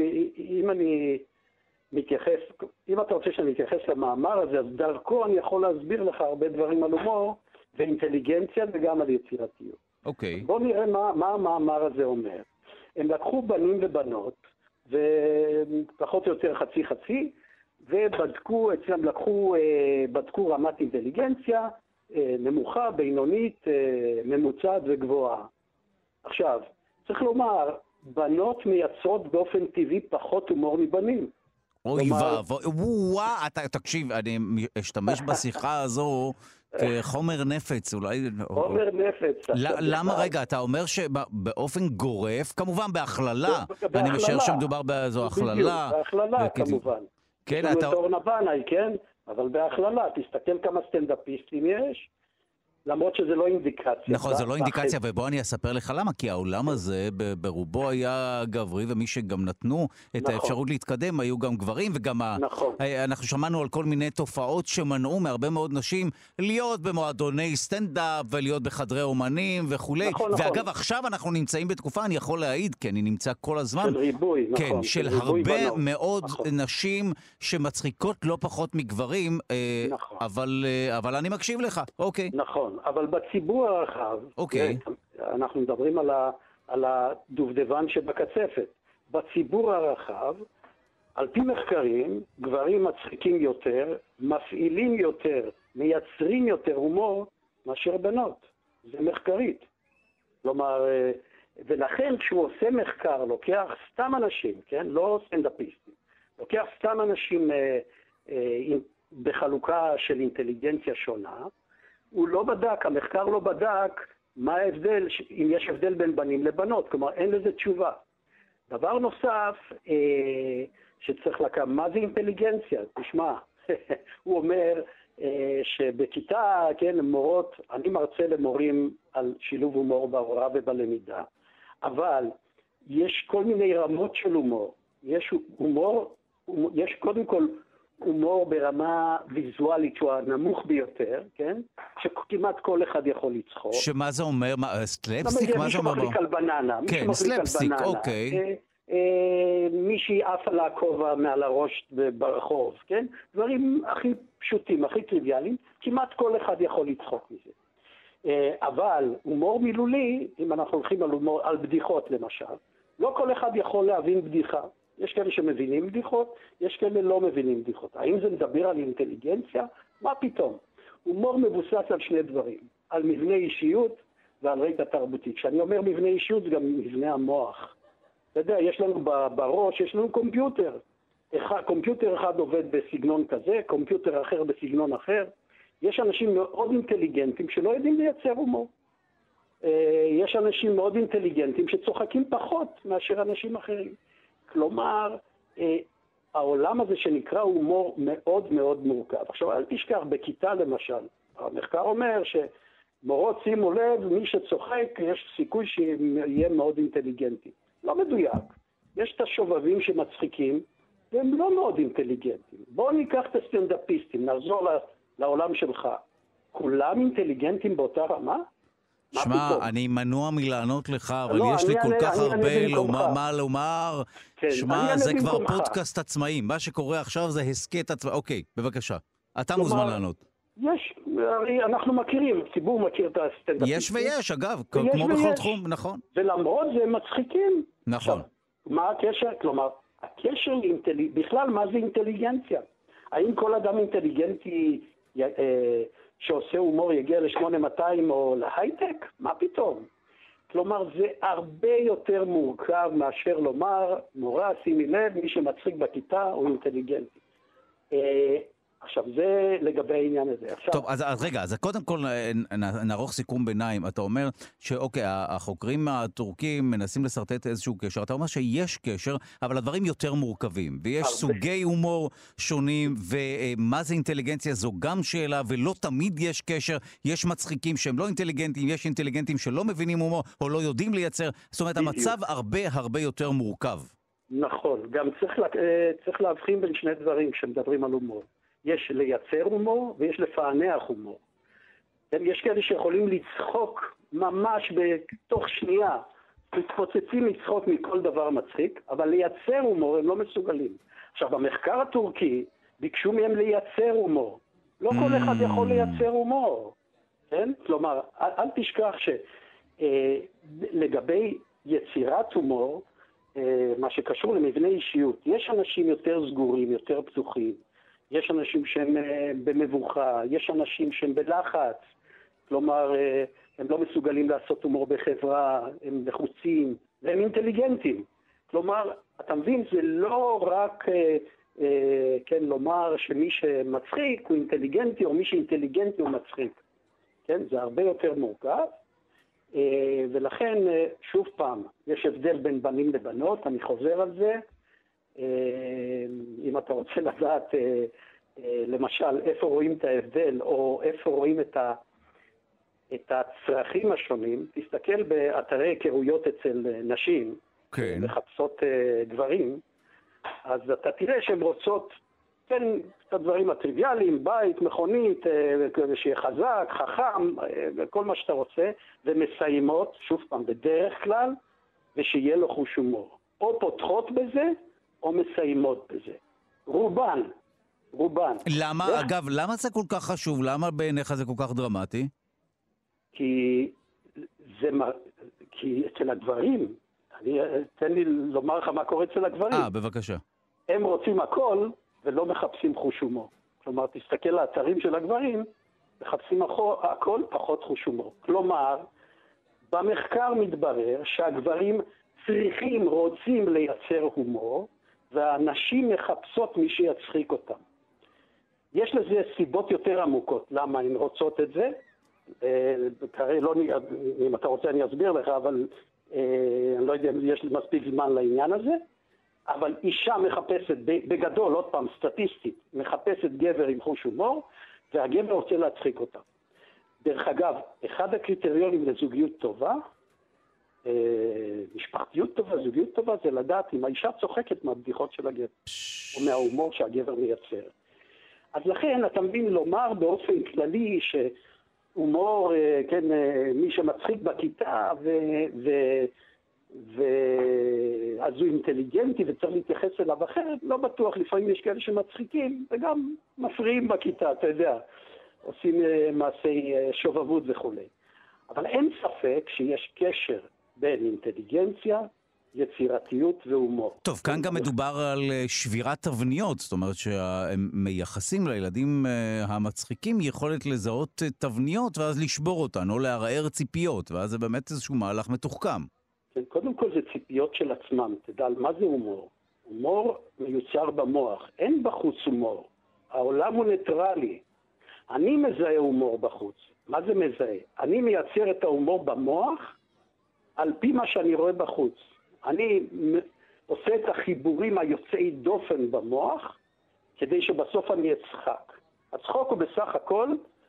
אם אתה רוצה שאני אתייחס למאמר הזה, אז דרכו אני יכול להסביר לך הרבה דברים על הומור ואינטליגנציה וגם על יצירתיות. אוקיי. בוא נראה מה המאמר הזה אומר. הם לקחו בנים ובנות, ופחות או יותר חצי, ובדקו, אצלם בדקו רמת אינטליגנציה, נמוכה, בינונית, ממוצעת וגבוהה. עכשיו, צריך לומר, בנות מייצרות באופן טבעי פחות הומור מבנים. אוי ואבוי, תקשיב, אני אשתמש בשיחה הזו כחומר נפץ, אולי... חומר נפץ. למה רגע, אתה אומר שבאופן גורף, כמובן בהכללה, ואני משער שמדובר באיזו הכללה. בהכללה כמובן. כן, אתה... יש לנו את אורנה בנאי, כן? אבל בהכללה, תסתכל כמה סטנדאפיסטים יש. למרות שזה לא אינדיקציה. נכון, זה לא אינדיקציה, ובוא אני אספר לך למה, כי העולם הזה ברובו היה גברי, ומי שגם נתנו את האפשרות להתקדם היו גם גברים, וגם אנחנו שמענו על כל מיני תופעות שמנעו מהרבה מאוד נשים להיות במועדוני סטנדאפ, ולהיות בחדרי אומנים וכולי. ואגב, עכשיו אנחנו נמצאים בתקופה, אני יכול להעיד, כי אני נמצא כל הזמן. של ריבוי, נכון. כן, של הרבה מאוד נשים שמצחיקות לא פחות מגברים, אבל אני מקשיב לך, אוקיי. נכון. אבל בציבור הרחב, אנחנו מדברים על הדובדבן שבקצפת, בציבור הרחב, על פי מחקרים, גברים מצחיקים יותר, מפעילים יותר, מייצרים יותר הומור מאשר בנות. זה מחקרית. כלומר, ולכן כשהוא עושה מחקר, לוקח סתם אנשים, כן? לא סטנדאפיסטים, לוקח סתם אנשים בחלוקה של אינטליגנציה שונה, הוא לא בדק, המחקר לא בדק מה ההבדל, אם יש הבדל בין בנים לבנות, כלומר אין לזה תשובה. דבר נוסף שצריך לקחת, מה זה אינטליגנציה? תשמע, הוא אומר שבכיתה, כן, מורות, אני מרצה למורים על שילוב הומור בהוראה ובלמידה, אבל יש כל מיני רמות של הומור. יש הומור, יש קודם כל הומור ברמה ויזואלית שהוא הנמוך ביותר, כן? שכמעט כל אחד יכול לצחוק. שמה זה אומר? סלפסטיק? מה זה אומר? מישהו מחליק על בננה. כן, סלפסטיק, אוקיי. מישהי עפה לה כובע מעל הראש ברחוב, כן? דברים הכי פשוטים, הכי טריוויאליים, כמעט כל אחד יכול לצחוק מזה. אבל הומור מילולי, אם אנחנו הולכים על בדיחות למשל, לא כל אחד יכול להבין בדיחה. יש כאלה שמבינים בדיחות, יש כאלה לא מבינים בדיחות. האם זה מדבר על אינטליגנציה? מה פתאום? הומור מבוסס על שני דברים, על מבנה אישיות ועל רקע תרבותי. כשאני אומר מבנה אישיות זה גם מבנה המוח. אתה יודע, יש לנו בראש, יש לנו קומפיוטר. קומפיוטר אחד עובד בסגנון כזה, קומפיוטר אחר בסגנון אחר. יש אנשים מאוד אינטליגנטים שלא יודעים לייצר הומור. יש אנשים מאוד אינטליגנטים שצוחקים פחות מאשר אנשים אחרים. כלומר, העולם הזה שנקרא הומור מאוד מאוד מורכב. עכשיו, אל תשכח, בכיתה למשל, המחקר אומר שמורות, שימו לב, מי שצוחק, יש סיכוי שיהיה מאוד אינטליגנטי. לא מדויק. יש את השובבים שמצחיקים, והם לא מאוד אינטליגנטים. בואו ניקח את הסטנדאפיסטים, נחזור לעולם שלך. כולם אינטליגנטים באותה רמה? שמע, אני מנוע מלענות לך, אבל יש לי כל כך הרבה מה לומר. שמע, זה כבר פודקאסט עצמאי. מה שקורה עכשיו זה הסקט עצמאי. אוקיי, בבקשה. אתה מוזמן לענות. יש, אנחנו מכירים, הציבור מכיר את הסטנדאפיסטים. יש ויש, אגב, כמו בכל תחום, נכון. ולמרות זה מצחיקים. נכון. מה הקשר? כלומר, הקשר בכלל, מה זה אינטליגנציה? האם כל אדם אינטליגנטי שעושה הומור יגיע ל-8200 או להייטק? מה פתאום? כלומר, זה הרבה יותר מורכב מאשר לומר, מורה, שימי לב, מי שמצחיק בכיתה הוא אינטליגנטי. עכשיו, זה לגבי העניין הזה. טוב, אז רגע, אז קודם כל נערוך סיכום ביניים. אתה אומר שאוקיי, החוקרים הטורקים מנסים לסרטט איזשהו קשר. אתה אומר שיש קשר, אבל הדברים יותר מורכבים. ויש סוגי הומור שונים, ומה זה אינטליגנציה זו גם שאלה, ולא תמיד יש קשר. יש מצחיקים שהם לא אינטליגנטים, יש אינטליגנטים שלא מבינים הומור, או לא יודעים לייצר. זאת אומרת, המצב הרבה יותר מורכב. נכון, גם צריך להבחין בין שני דברים כשמדברים על הומור. יש לייצר הומור ויש לפענח הומור. יש כאלה שיכולים לצחוק ממש בתוך שנייה. מתפוצצים לצחוק מכל דבר מצחיק, אבל לייצר הומור הם לא מסוגלים. עכשיו, במחקר הטורקי ביקשו מהם לייצר הומור. לא כל אחד יכול לייצר הומור. כן? כלומר, אל תשכח שלגבי יצירת הומור, מה שקשור למבנה אישיות, יש אנשים יותר סגורים, יותר פתוחים, יש אנשים שהם במבוכה, יש אנשים שהם בלחץ, כלומר, הם לא מסוגלים לעשות הומור בחברה, הם לחוצים, והם אינטליגנטים. כלומר, אתה מבין, זה לא רק, כן, לומר שמי שמצחיק הוא אינטליגנטי, או מי שאינטליגנטי הוא מצחיק. כן, זה הרבה יותר מורכב, ולכן, שוב פעם, יש הבדל בין בנים לבנות, אני חוזר על זה. אם אתה רוצה לדעת, למשל, איפה רואים את ההבדל, או איפה רואים את הצרכים השונים, תסתכל באתרי היכרויות אצל נשים, כן. מחפשות גברים, אז אתה תראה שהן רוצות, כן, את הדברים הטריוויאליים, בית, מכונית, שיהיה חזק, חכם, כל מה שאתה רוצה, ומסיימות, שוב פעם, בדרך כלל, ושיהיה לו חוש הומור. או פותחות בזה, או מסיימות בזה. רובן. למה, אגב, למה זה כל כך חשוב? למה בעיניך זה כל כך דרמטי? כי אצל הגברים, תן לי לומר לך מה קורה אצל הגברים. בבקשה. הם רוצים הכל ולא מחפשים חוש הומור. כלומר, תסתכל לאתרים של הגברים, מחפשים הכל פחות חוש הומור. כלומר, במחקר מתברר שהגברים רוצים לייצר הומור, והנשים מחפשות מי שיצחיק אותם. יש לזה סיבות יותר עמוקות למה הן רוצות את זה. אם אתה רוצה אני אסביר לך, אבל אני לא יודע אם יש לי מספיק זמן לעניין הזה, אבל אישה מחפשת, בגדול, עוד פעם, סטטיסטית, מחפשת גבר עם חוש הומור, והגבר רוצה להצחיק אותה. דרך אגב, אחד הקריטריונים לזוגיות טובה, משפחתיות טובה, זוגיות טובה, זה לדעת אם האישה צוחקת מהבדיחות של הגבר, או מההומור שהגבר מייצר. אז לכן, אתה מבין לומר באופן כללי שהומור, כן, מי שמצחיק בכיתה, אז הוא אינטליגנטי וצריך להתייחס אליו אחרת, לא בטוח, לפעמים יש כאלה שמצחיקים וגם מפריעים בכיתה, אתה יודע, עושים מעשי שובבות וכו'. אבל אין ספק שיש קשר בין אינטליגנציה, יצירתיות והומור. טוב, כאן גם מדובר על שבירת תבניות, זאת אומרת שהם מייחסים לילדים המצחיקים יכולת לזהות תבניות ואז לשבור אותן, או לערער ציפיות, ואז זה באמת איזשהו מהלך מתוחכם. כן, קודם כל זה ציפיות של עצמם, תדע מה זה הומור. הומור מיוצר במוח, אין בחוץ הומור. העולם הוא ניטרלי. אני מזהה הומור בחוץ. מה זה מזהה? אני מייצר את ההומור במוח על פי מה שאני רואה בחוץ. אני עושה את החיבורים היוצאי דופן במוח כדי שבסוף אני אצחק. הצחוק הוא בסך הכל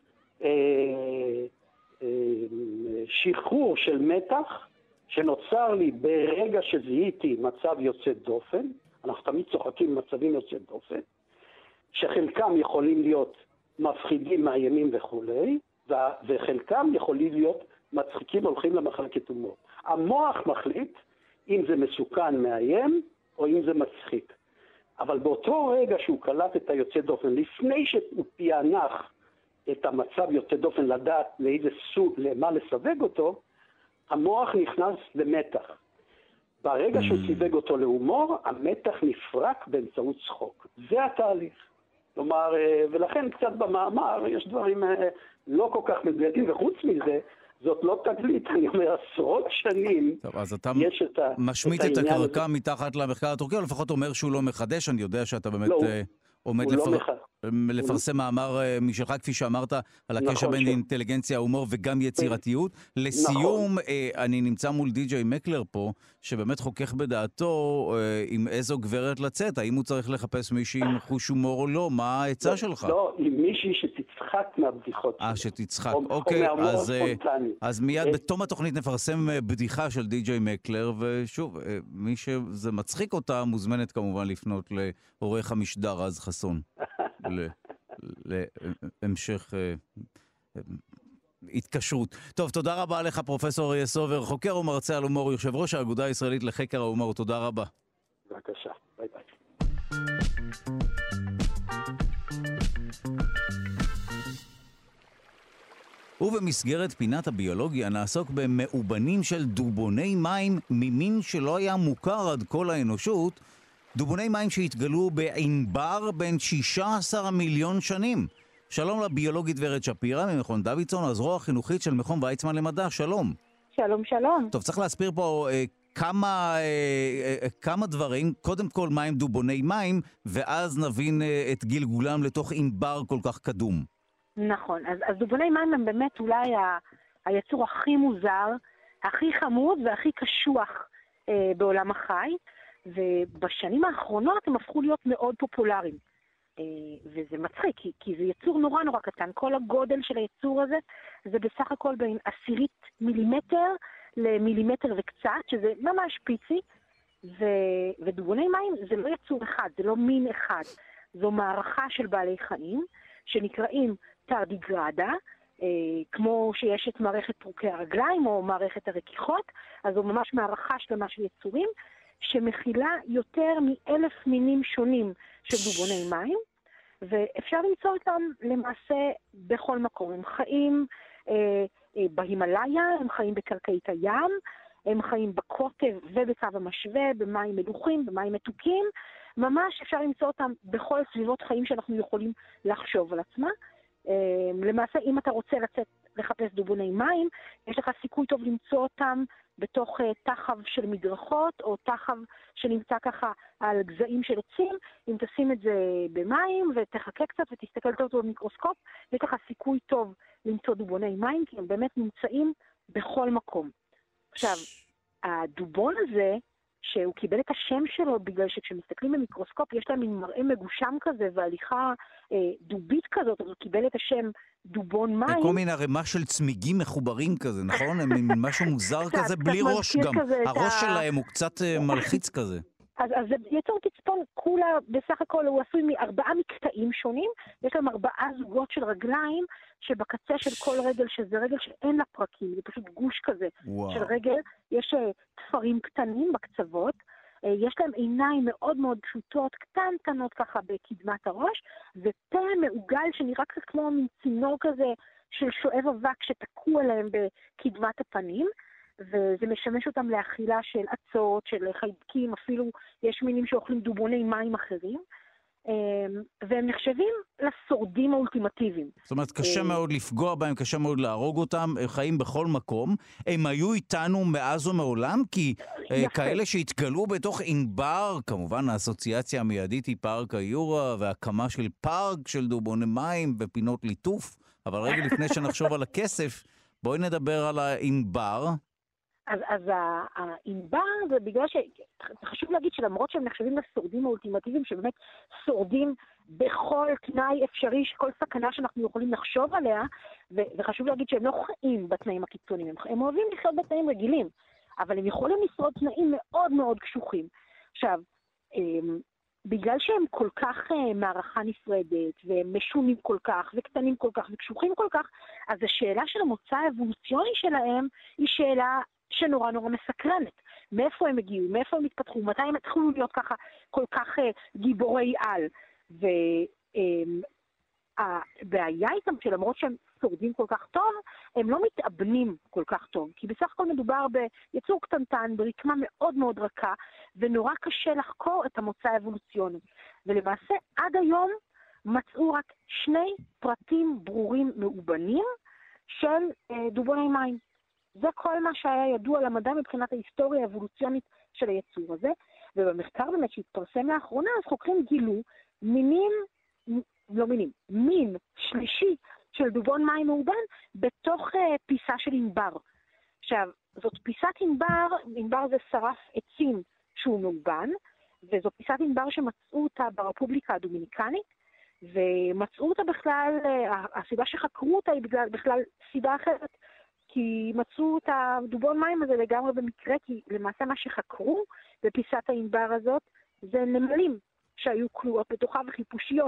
שחרור של מתח שנוצר לי ברגע שזיהיתי מצב יוצא דופן. אנחנו תמיד צוחקים במצבים יוצא דופן, שחלקם יכולים להיות מפחידים, מאיימים וכו', וחלקם יכולים להיות מצחיקים, הולכים למחלקת הומור. המוח מחליט אם זה מסוכן, מאיים, או אם זה מצחיק. אבל באותו רגע שהוא קלט את היוצא דופן, לפני שהוא פענח את המצב יוצא דופן, לדעת לאיזה סוג, למה לסווג אותו, המוח נכנס למתח. ברגע שהוא סיווג אותו להומור, המתח נפרק באמצעות צחוק. זה התהליך. כלומר, ולכן קצת במאמר יש דברים לא כל כך מדויקים, וחוץ מזה, זאת לא תגלית, אני אומר, עשרות שנים. טוב, אז אתה משמיט את הקרקע מתחת למחקר הטורקי, או לפחות אומר שהוא לא מחדש, אני יודע שאתה באמת עומד לפרסם מאמר משלך, כפי שאמרת, על הקשר בין אינטליגנציה, הומור וגם יצירתיות. לסיום, אני נמצא מול די.ג'יי מקלר פה, שבאמת חוכך בדעתו עם איזו גברת לצאת, האם הוא צריך לחפש מישהי עם חוש הומור או לא, מה העצה שלך? לא, עם מישהי שתצחק מהבדיחות. שתצחק, אוקיי, אז מיד בתום התוכנית נפרסם בדיחה של די.ג'יי מקלר, ושוב, מי שזה מצחיק אותה, מוזמנת כמובן לפנות לעורך המשדר אז חסון. להמשך התקשרות. טוב, תודה רבה לך פרופסור אריה סובר, חוקר ומרצה על הומור, יושב ראש האגודה הישראלית לחקר ההומור. תודה רבה. בבקשה, ביי ביי. ובמסגרת פינת הביולוגיה נעסוק במאובנים של דובוני מים ממין שלא היה מוכר עד כל האנושות, דובוני מים שהתגלו בענבר בין 16 מיליון שנים. שלום לביולוגית ורד שפירא ממכון דוידסון, הזרוע החינוכית של מכון ויצמן למדע. שלום. שלום, שלום. טוב, צריך להסביר פה כמה דברים. קודם כל, מה הם דובוני מים, ואז נבין את גלגולם לתוך ענבר כל כך קדום. נכון, אז דובוני מים הם באמת אולי היצור הכי מוזר, הכי חמוד והכי קשוח בעולם החי, ובשנים האחרונות הם הפכו להיות מאוד פופולריים. וזה מצחיק, כי זה יצור נורא נורא קטן. כל הגודל של היצור הזה זה בסך הכל בין 10 מילימטר למילימטר וקצת, שזה ממש פיצי, ודובוני מים זה לא יצור אחד, זה לא מין אחד, זו מערכה של בעלי חיים שנקראים טרדיגרדה, כמו שיש את מערכת פרוקי הרגליים או מערכת הרכיחות, אז זו ממש מערכה שלמה של יצורים שמכילה יותר מ1,000 מינים שונים של דובוני מים, ואפשר למצוא אותם למעשה בכל מקום. הם חיים בהימלאיה, הם חיים בקרקעית הים, הם חיים בקוטב ובקו המשווה, במים מלוחים, במים מתוקים, ממש אפשר למצוא אותם בכל סביבות חיים שאנחנו יכולים לחשוב על עצמה. למעשה, אם אתה רוצה לצאת לחפש דובוני מים, יש לך סיכוי טוב למצוא אותם בתוך תחב של מדרכות, או תחב שנמצא ככה על גזעים של עצים. אם תשים את זה במים ותחכה קצת ותסתכל טוב במיקרוסקופ, יש לך סיכוי טוב למצוא דובוני מים, כי הם באמת נמצאים בכל מקום. עכשיו, הדובון הזה, שהוא קיבל את השם שלו בגלל שכשמסתכלים במיקרוסקופ יש להם מין מראה מגושם כזה והליכה דובית כזאת, אז הוא קיבל את השם דובון מים. כל מיני ערימה של צמיגים מחוברים כזה, נכון? הם משהו מוזר כזה, בלי ראש גם. הראש שלהם הוא קצת מלחיץ כזה. אז זה יצור תצפון כולה, בסך הכל הוא עשוי מ4 מקטעים שונים, יש להם 4 זוגות של רגליים, שבקצה של כל רגל, שזה רגל שאין לה פרקים, זה פשוט גוש כזה של רגל, יש תפרים קטנים בקצוות, יש להם עיניים מאוד מאוד פשוטות, קטנות ככה בקדמת הראש, ופה מעוגל שנראה קצת כמו מין צינור כזה של שואב אבק שתקוע עליהם בקדמת הפנים, וזה משמש אותם לאכילה של עצות, של חיידקים, אפילו יש מינים שאוכלים דובוני מים אחרים, והם נחשבים לשורדים האולטימטיביים. זאת אומרת, קשה מאוד לפגוע בהם, קשה מאוד להרוג אותם, הם חיים בכל מקום. הם היו איתנו מאז ומעולם, כי כאלה שהתגלו בתוך ענבר, כמובן האסוציאציה המיידית היא פארק היורה, והקמה של פארק של דובוני מים ופינות ליטוף, אבל רגע לפני שנחשוב על הכסף, בואי נדבר על הענבר. אז הענבר זה בגלל שחשוב להגיד שלמרות שהם נחשבים לשורדים האולטימטיביים, שבאמת שורדים בכל תנאי אפשרי, שכל סכנה שאנחנו יכולים לחשוב עליה, וחשוב להגיד שהם לא חיים בתנאים הקיצוניים, הם אוהבים לחיות בתנאים רגילים, אבל הם יכולים לשרוד תנאים מאוד מאוד קשוחים. עכשיו, בגלל שהם כל כך מערכה נפרדת, והם משונים כל כך, וקטנים כל כך, וקשוחים כל כך, אז השאלה של המוצא האבולוציוני שלהם היא שאלה שנורא נורא מסקרנת. מאיפה הם הגיעו, מאיפה הם התפתחו, מתי הם התחילו להיות ככה כל כך גיבורי על. והבעיה איתם שלמרות שהם שורדים כל כך טוב, הם לא מתאבנים כל כך טוב, כי בסך הכל מדובר ביצור קטנטן, ברקמה מאוד מאוד רכה, ונורא קשה לחקור את המוצא האבולוציוני. ולמעשה עד היום מצאו רק 2 פרטים ברורים מאובנים של דובוני מים. זה כל מה שהיה ידוע למדע מבחינת ההיסטוריה האבולוציונית של היצור הזה, ובמחקר באמת שהתפרסם לאחרונה, אז חוקרים גילו מין שלישי של דובון מים מאובן בתוך פיסה של ענבר. עכשיו, זאת פיסת ענבר, ענבר זה שרף עצים שהוא מאובן, וזו פיסת ענבר שמצאו אותה ברפובליקה הדומיניקנית, ומצאו אותה בכלל, הסיבה שחקרו אותה היא בכלל סיבה אחרת, כי מצאו את הדובון מים הזה לגמרי במקרה, כי למעשה מה שחקרו בפיסת הענבר הזאת זה נמלים שהיו כלואות בתוכה וחיפושיות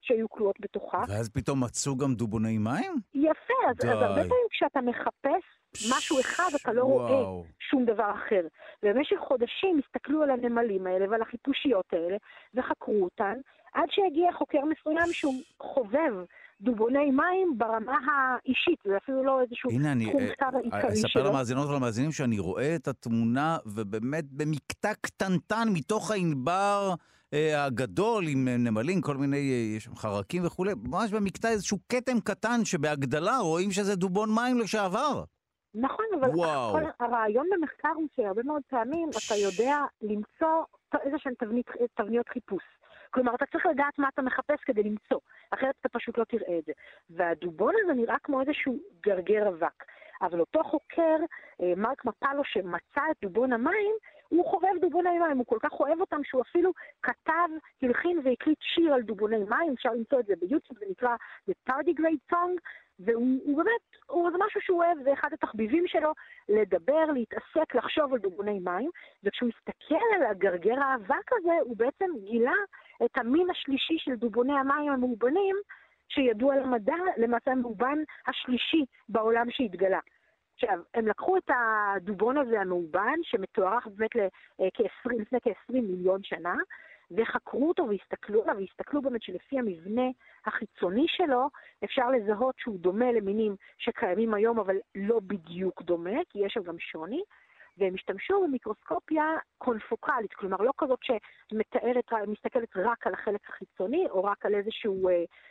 שהיו כלואות בתוכה. ואז פתאום מצאו גם דובוני מים? יפה, אז הרבה פעמים כשאתה מחפש משהו אחד, אתה לא רואה שום דבר אחר. ובמשך חודשים הסתכלו על הנמלים האלה ועל החיפושיות האלה, וחקרו אותן, עד שהגיע חוקר מסוים שהוא חובב דובוני מים ברמה האישית, זה אפילו לא איזשהו תחום כתב העיקרי שלו. אספר למאזינות ולמאזינים שאני רואה את התמונה, ובאמת במקטע קטנטן מתוך הענבר הגדול עם נמלים, כל מיני חרקים וכו', ממש במקטע איזשהו קטם קטן שבהגדלה רואים שזה דובון מים לשעבר. נכון, אבל הרעיון במחקר הוא שהרבה מאוד פעמים אתה יודע למצוא איזושהי תבניות חיפוש. כלומר, אתה צריך לדעת מה אתה מחפש כדי למצוא, אחרת אתה פשוט לא תראה את זה. והדובון הזה נראה כמו איזשהו גרגר אבק. אבל אותו חוקר, מרק מפלו, שמצא את דובון המים, הוא חובב דובוני מים, הוא כל כך אוהב אותם שהוא אפילו כתב, הלחין והקליט שיר על דובוני מים, אפשר למצוא את זה ביוטיוב, זה נקרא The Tardigrade Song, והוא באמת, זה משהו שהוא אוהב, זה אחד התחביבים שלו, לדבר, להתעסק, לחשוב על דובוני מים, וכשהוא הסתכל על הגרגר האבק הזה, הוא בעצם גילה את המין השלישי של דובוני המים המאובנים, שידוע למדע, למעשה המאובן השלישי בעולם שהתגלה. עכשיו, הם לקחו את הדובון הזה המאובן, שמתוארך באמת לפני כ-20 מיליון שנה, וחקרו אותו והסתכלו באמת שלפי המבנה החיצוני שלו, אפשר לזהות שהוא דומה למינים שקיימים היום, אבל לא בדיוק דומה, כי יש שם גם שוני, והם השתמשו במיקרוסקופיה קונפוקלית, כלומר לא כזאת שמסתכלת רק על החלק החיצוני, או רק על איזשהו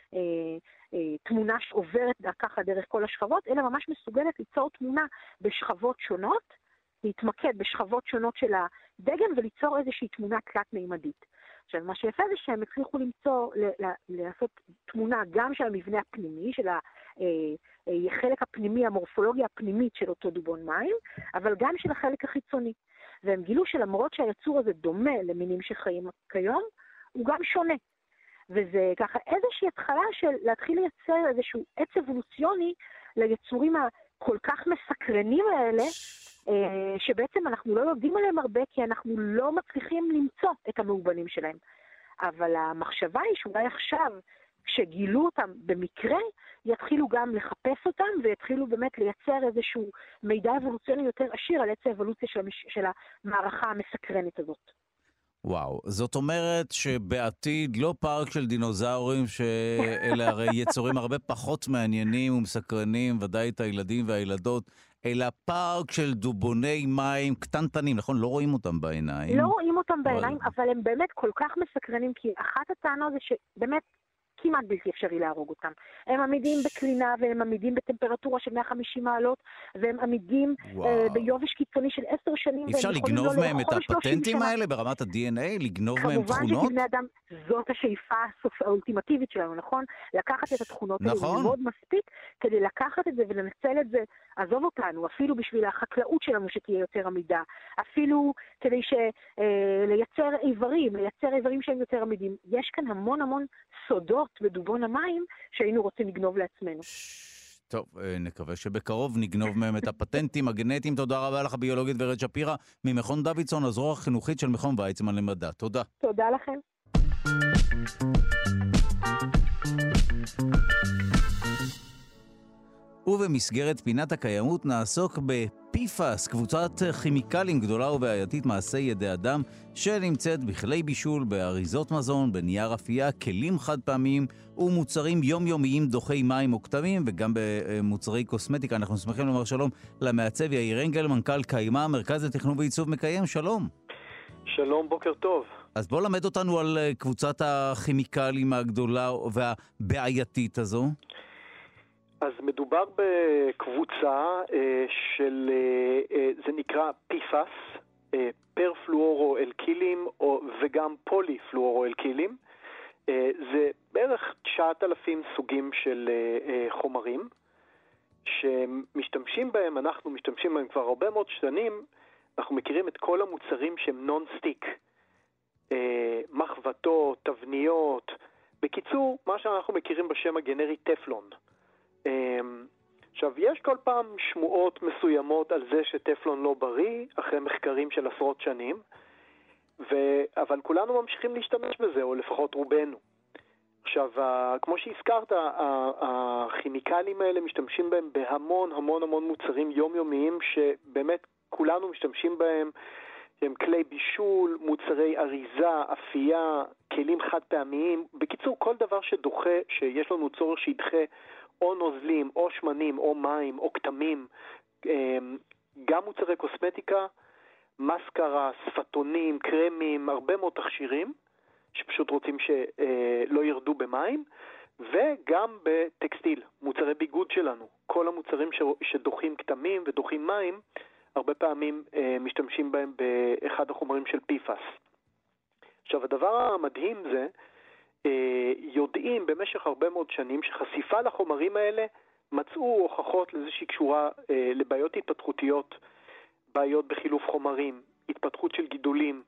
תמונה שעוברת ככה דרך כל השכבות, אלא ממש מסוגלת ליצור תמונה בשכבות שונות, להתמקד בשכבות שונות של הדגם, וליצור איזושהי תמונה תלת-מימדית. עכשיו, מה שיפה זה שהם הצליחו לעשות תמונה גם של המבנה הפנימי, של החלק הפנימי, המורפולוגיה הפנימית של אותו דובון מים, אבל גם של החלק החיצוני. והם גילו שלמרות שהיצור הזה דומה למינים שחיים כיום, הוא גם שונה. וזה ככה איזושהי התחלה של להתחיל לייצר איזשהו עץ אבולוציוני ליצורים הכל כך מסקרנים האלה, שבעצם אנחנו לא יודעים עליהם הרבה, כי אנחנו לא מצליחים למצוא את המאובנים שלהם. אבל המחשבה היא שאולי עכשיו, כשגילו אותם במקרה, יתחילו גם לחפש אותם, ויתחילו באמת לייצר איזשהו מידע אבולוציוני יותר עשיר על עץ האבולוציה של המערכה המסקרנת הזאת. וואו, זאת אומרת שבעתיד לא פארק של דינוזאורים, שאלה הרי יצורים הרבה פחות מעניינים ומסקרנים, ודאי את הילדים והילדות, אלא פארק של דובוני מים קטנטנים, נכון? לא רואים אותם בעיניים. לא רואים אותם בעיניים, אבל הם באמת כל כך מסקרנים, כי אחת הטענות זה שבאמת כמעט בלתי אפשרי להרוג אותם. הם עמידים בקלינה, והם עמידים בטמפרטורה של 150 מעלות, והם עמידים ביובש קיצוני של 10 שנים. אפשר לגנוב מהם את הפטנטים האלה ברמת ה-DNA? לגנוב מהם תכונות? כמובן שבני אדם, זאת השאיפה האולטימטיבית שלנו, נכון? לקחת את התכונות האלה, ללמוד מספיק, כדי לקחת את זה ולנצל את זה, עזוב אותנו, אפילו בשביל החקלאות שלנו שתהיה יותר עמידה, אפילו כדי לייצר איברים שהם יותר עמידים. יש כאן המון המון סודות בדובון המים שהיינו רוצים לגנוב לעצמנו. טוב, נקווה שבקרוב נגנוב מהם את הפטנטים הגנטיים. תודה רבה לך, ביולוגית ורד שפירא, ממכון דוידסון, הזרוע החינוכית של מכון ויצמן למדע. תודה. תודה לכם. ובמסגרת פינת הקיימות נעסוק בפיפס, קבוצת כימיקלים גדולה ובעייתית מעשי ידי אדם, שנמצאת בכלי בישול, באריזות מזון, בנייר אפייה, כלים חד פעמיים ומוצרים יומיומיים דוחי מים או כתמים, וגם במוצרי קוסמטיקה. אנחנו שמחים לומר שלום למעצב יאיר אנגל, מנכ"ל קיימה, מרכז לתכנון ועיצוב מקיים. שלום. שלום, בוקר טוב. אז בוא למד אותנו על קבוצת הכימיקלים הגדולה והבעייתית הזו. אז מדובר בקבוצה של, זה נקרא PFAS, פרפלואורואלקילים וגם פוליפלואורואלקילים. זה בערך 9,000 סוגים של חומרים שמשתמשים בהם, אנחנו משתמשים בהם כבר הרבה מאוד שנים. אנחנו מכירים את כל המוצרים שהם נון-סטיק, מחבטות, תבניות, בקיצור, מה שאנחנו מכירים בשם הגנרי טפלון. עכשיו, יש כל פעם שמועות מסוימות על זה שטפלון לא בריא, אחרי מחקרים של עשרות שנים, אבל כולנו ממשיכים להשתמש בזה, או לפחות רובנו. עכשיו, כמו שהזכרת, הכימיקלים האלה משתמשים בהם בהמון המון המון מוצרים יומיומיים שבאמת כולנו משתמשים בהם. הם כלי בישול, מוצרי אריזה, אפייה, כלים חד פעמיים. בקיצור, כל דבר שדוחה, שיש לנו צורך שידחה או נוזלים, או שמנים, או מים, או כתמים. גם מוצרי קוסמטיקה, מסקרה, ספטונים, קרמים, הרבה מאוד תכשירים שפשוט רוצים שלא ירדו במים, וגם בטקסטיל, מוצרי ביגוד שלנו. כל המוצרים שדוחים כתמים ודוחים מים, הרבה פעמים משתמשים בהם באחד החומרים של PFAS. עכשיו, הדבר המדהים זה, יודעים במשך הרבה מאוד שנים שחשיפה לחומרים האלה מצאו הוכחות לאיזושהי קשורה לבעיות התפתחותיות, בעיות בחילוף חומרים, התפתחות של גידולים,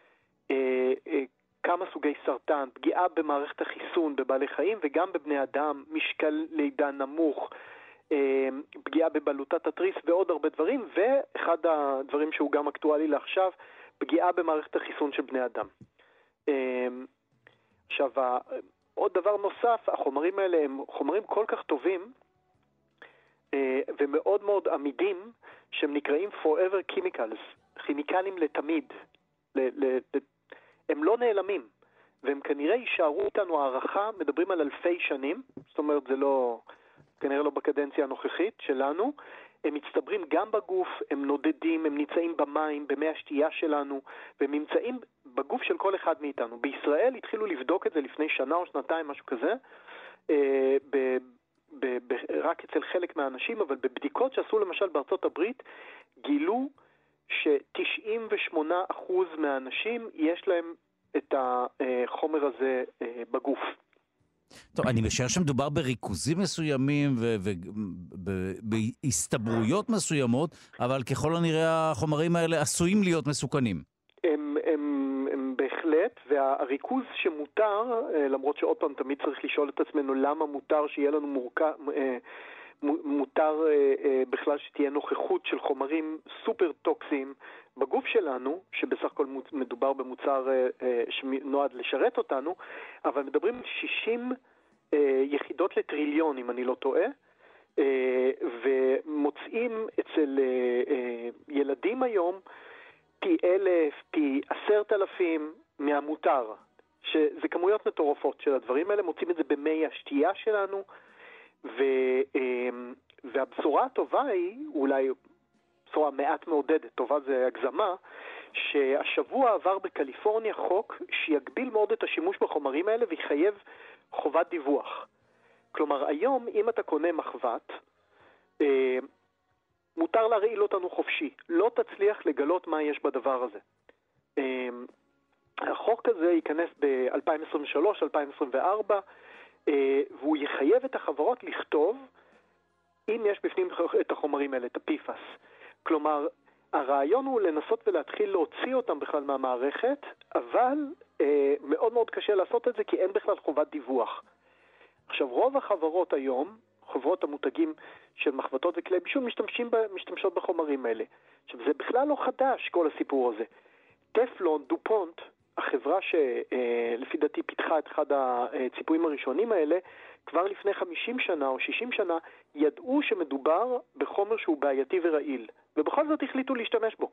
כמה סוגי סרטן, פגיעה במערכת החיסון בבעלי חיים וגם בבני אדם, משקל לידה נמוך, פגיעה בבלוטת התריס ועוד הרבה דברים, ואחד הדברים שהוא גם אקטואלי לעכשיו, פגיעה במערכת החיסון של בני אדם. עכשיו, עוד דבר נוסף, החומרים האלה הם חומרים כל כך טובים ומאוד מאוד עמידים, שהם נקראים forever chemicals, כימיקלים לתמיד. הם לא נעלמים, והם כנראה יישארו איתנו הערכה, מדברים על אלפי שנים, זאת אומרת זה לא, כנראה לא בקדנציה הנוכחית שלנו, הם מצטברים גם בגוף, הם נודדים, הם נמצאים במים, במי השתייה שלנו, והם נמצאים בגוף של כל אחד מאיתנו. בישראל התחילו לבדוק את זה לפני שנה או שנתיים, משהו כזה, רק אצל חלק מהאנשים, אבל בבדיקות שעשו למשל בארצות הברית, גילו ש98% מהאנשים יש להם את החומר הזה בגוף. טוב, אני משער שמדובר בריכוזים מסוימים ובהסתברויות מסוימות, אבל ככל הנראה החומרים האלה עשויים להיות מסוכנים. הם בהחלט, והריכוז שמותר, למרות שעוד פעם תמיד צריך לשאול את עצמנו למה מותר שיהיה לנו מותר בכלל שתהיה נוכחות של חומרים סופר טוקסיים בגוף שלנו, שבסך הכל מדובר במוצר שנועד לשרת אותנו, אבל מדברים על 60 יחידות לטריליון, אם אני לא טועה, ומוצאים אצל ילדים היום פי 1,000, פי 10,000 מהמותר, שזה כמויות מטורפות של הדברים האלה, מוצאים את זה במי השתייה שלנו, והבשורה הטובה היא, אולי בשורה מעט מעודדת, טובה זה הגזמה, שהשבוע עבר בקליפורניה חוק שיגביל מאוד את השימוש בחומרים האלה ויחייב חובת דיווח. כלומר, היום אם אתה קונה מחבת, מותר להרעיל אותנו חופשי. לא תצליח לגלות מה יש בדבר הזה. החוק הזה ייכנס ב-2023, 2024, והוא יחייב את החברות לכתוב אם יש בפנים את החומרים האלה, את ה-PFAS. כלומר, הרעיון הוא לנסות ולהתחיל להוציא אותם בכלל מהמערכת, אבל מאוד מאוד קשה לעשות את זה כי אין בכלל חובת דיווח. עכשיו, רוב החברות היום, חברות המותגים של מחבטות וכלי בישול, משתמשות בחומרים האלה. עכשיו, זה בכלל לא חדש, כל הסיפור הזה. טפלון, דופונט, החברה שלפי דעתי פיתחה את אחד הציפויים הראשונים האלה, כבר לפני 50 שנה או 60 שנה, ידעו שמדובר בחומר שהוא בעייתי ורעיל, ובכל זאת החליטו להשתמש בו.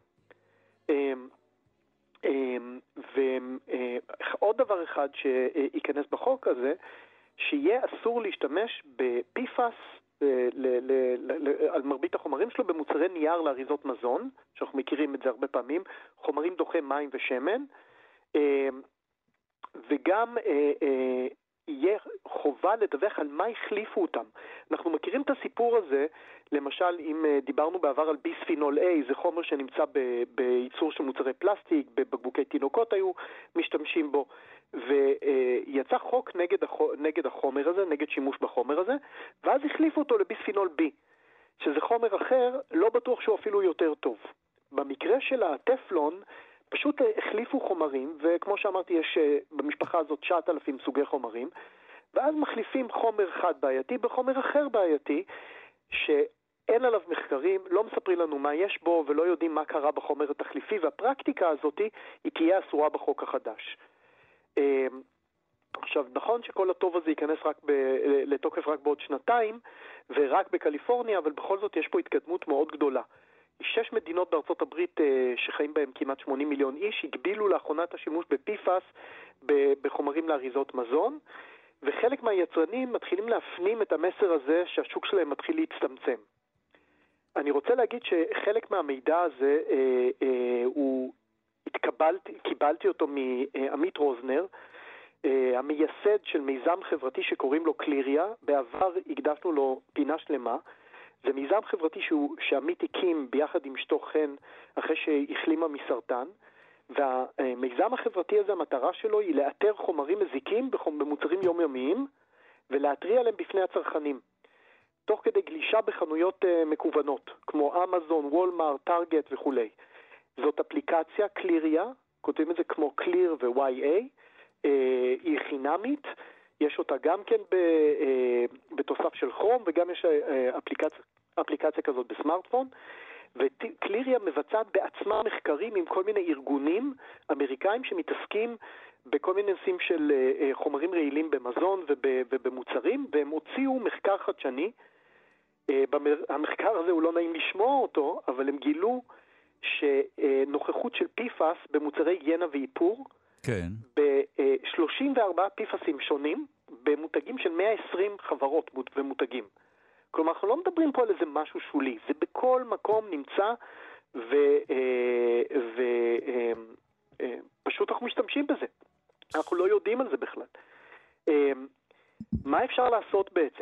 ועוד דבר אחד שייכנס בחוק הזה, שיהיה אסור להשתמש ב-PFAS על מרבית החומרים שלו במוצרי נייר לאריזות מזון, שאנחנו מכירים את זה הרבה פעמים, חומרים דוחי מים ושמן, וגם יהיה חובה לדווח על מה החליפו אותם. אנחנו מכירים את הסיפור הזה, למשל אם דיברנו בעבר על ביספינול A, זה חומר שנמצא בייצור של מוצרי פלסטיק, בבקבוקי תינוקות היו משתמשים בו, ויצא חוק נגד החומר הזה, נגד שימוש בחומר הזה, ואז החליפו אותו לביספינול B, שזה חומר אחר, לא בטוח שהוא אפילו יותר טוב. במקרה של הטפלון, פשוט החליפו חומרים, וכמו שאמרתי, יש במשפחה הזאת 9,000 סוגי חומרים, ואז מחליפים חומר אחד בעייתי בחומר אחר בעייתי, שאין עליו מחקרים, לא מספרים לנו מה יש בו, ולא יודעים מה קרה בחומר התחליפי, והפרקטיקה הזאת היא תהיה אסורה בחוק החדש. עכשיו, נכון שכל הטוב הזה ייכנס לתוקף רק בעוד 2 ורק בקליפורניה, אבל בכל זאת יש פה התקדמות מאוד גדולה. 6 מדינות בארצות הברית שחיים בהם כמעט 80 מיליון איש, הגבילו לאחרונה את השימוש ב-PFAS בחומרים לאריזות מזון, וחלק מהיצרנים מתחילים להפנים את המסר הזה שהשוק שלהם מתחיל להצטמצם. אני רוצה להגיד שחלק מהמידע הזה, קיבלתי אותו מעמית רוזנר, המייסד של מיזם חברתי שקוראים לו קליריה, בעבר הקדשנו לו פינה שלמה. זה מיזם חברתי שעמית הקים ביחד עם אשתו חן אחרי שהחלימה מסרטן, והמיזם החברתי הזה, המטרה שלו היא לאתר חומרים מזיקים במוצרים יומיומיים ולהתריע עליהם בפני הצרכנים, תוך כדי גלישה בחנויות מקוונות כמו אמזון, וולמארט, טארגט וכו'. זאת אפליקציה קליריה, כותבים את זה כמו קליר ו-YA, היא חינמית, יש אותה גם כן בתוסף של כרום, וגם יש אפליקציה כזאת בסמארטפון, וקליריה מבצעת בעצמה מחקרים עם כל מיני ארגונים אמריקאים שמתעסקים בכל מיני נושאים של חומרים רעילים במזון ובמוצרים, והם הוציאו מחקר חדשני. המחקר הזה הוא לא נעים לשמוע אותו, אבל הם גילו שנוכחות של PFAS במוצרי היגיינה ואיפור, כן. ב-34 PFASים שונים, במותגים של 120 חברות ומותגים. כלומר, אנחנו לא מדברים פה על איזה משהו שולי, זה בכל מקום נמצא, פשוט אנחנו משתמשים בזה. אנחנו לא יודעים על זה בכלל. מה אפשר לעשות בעצם?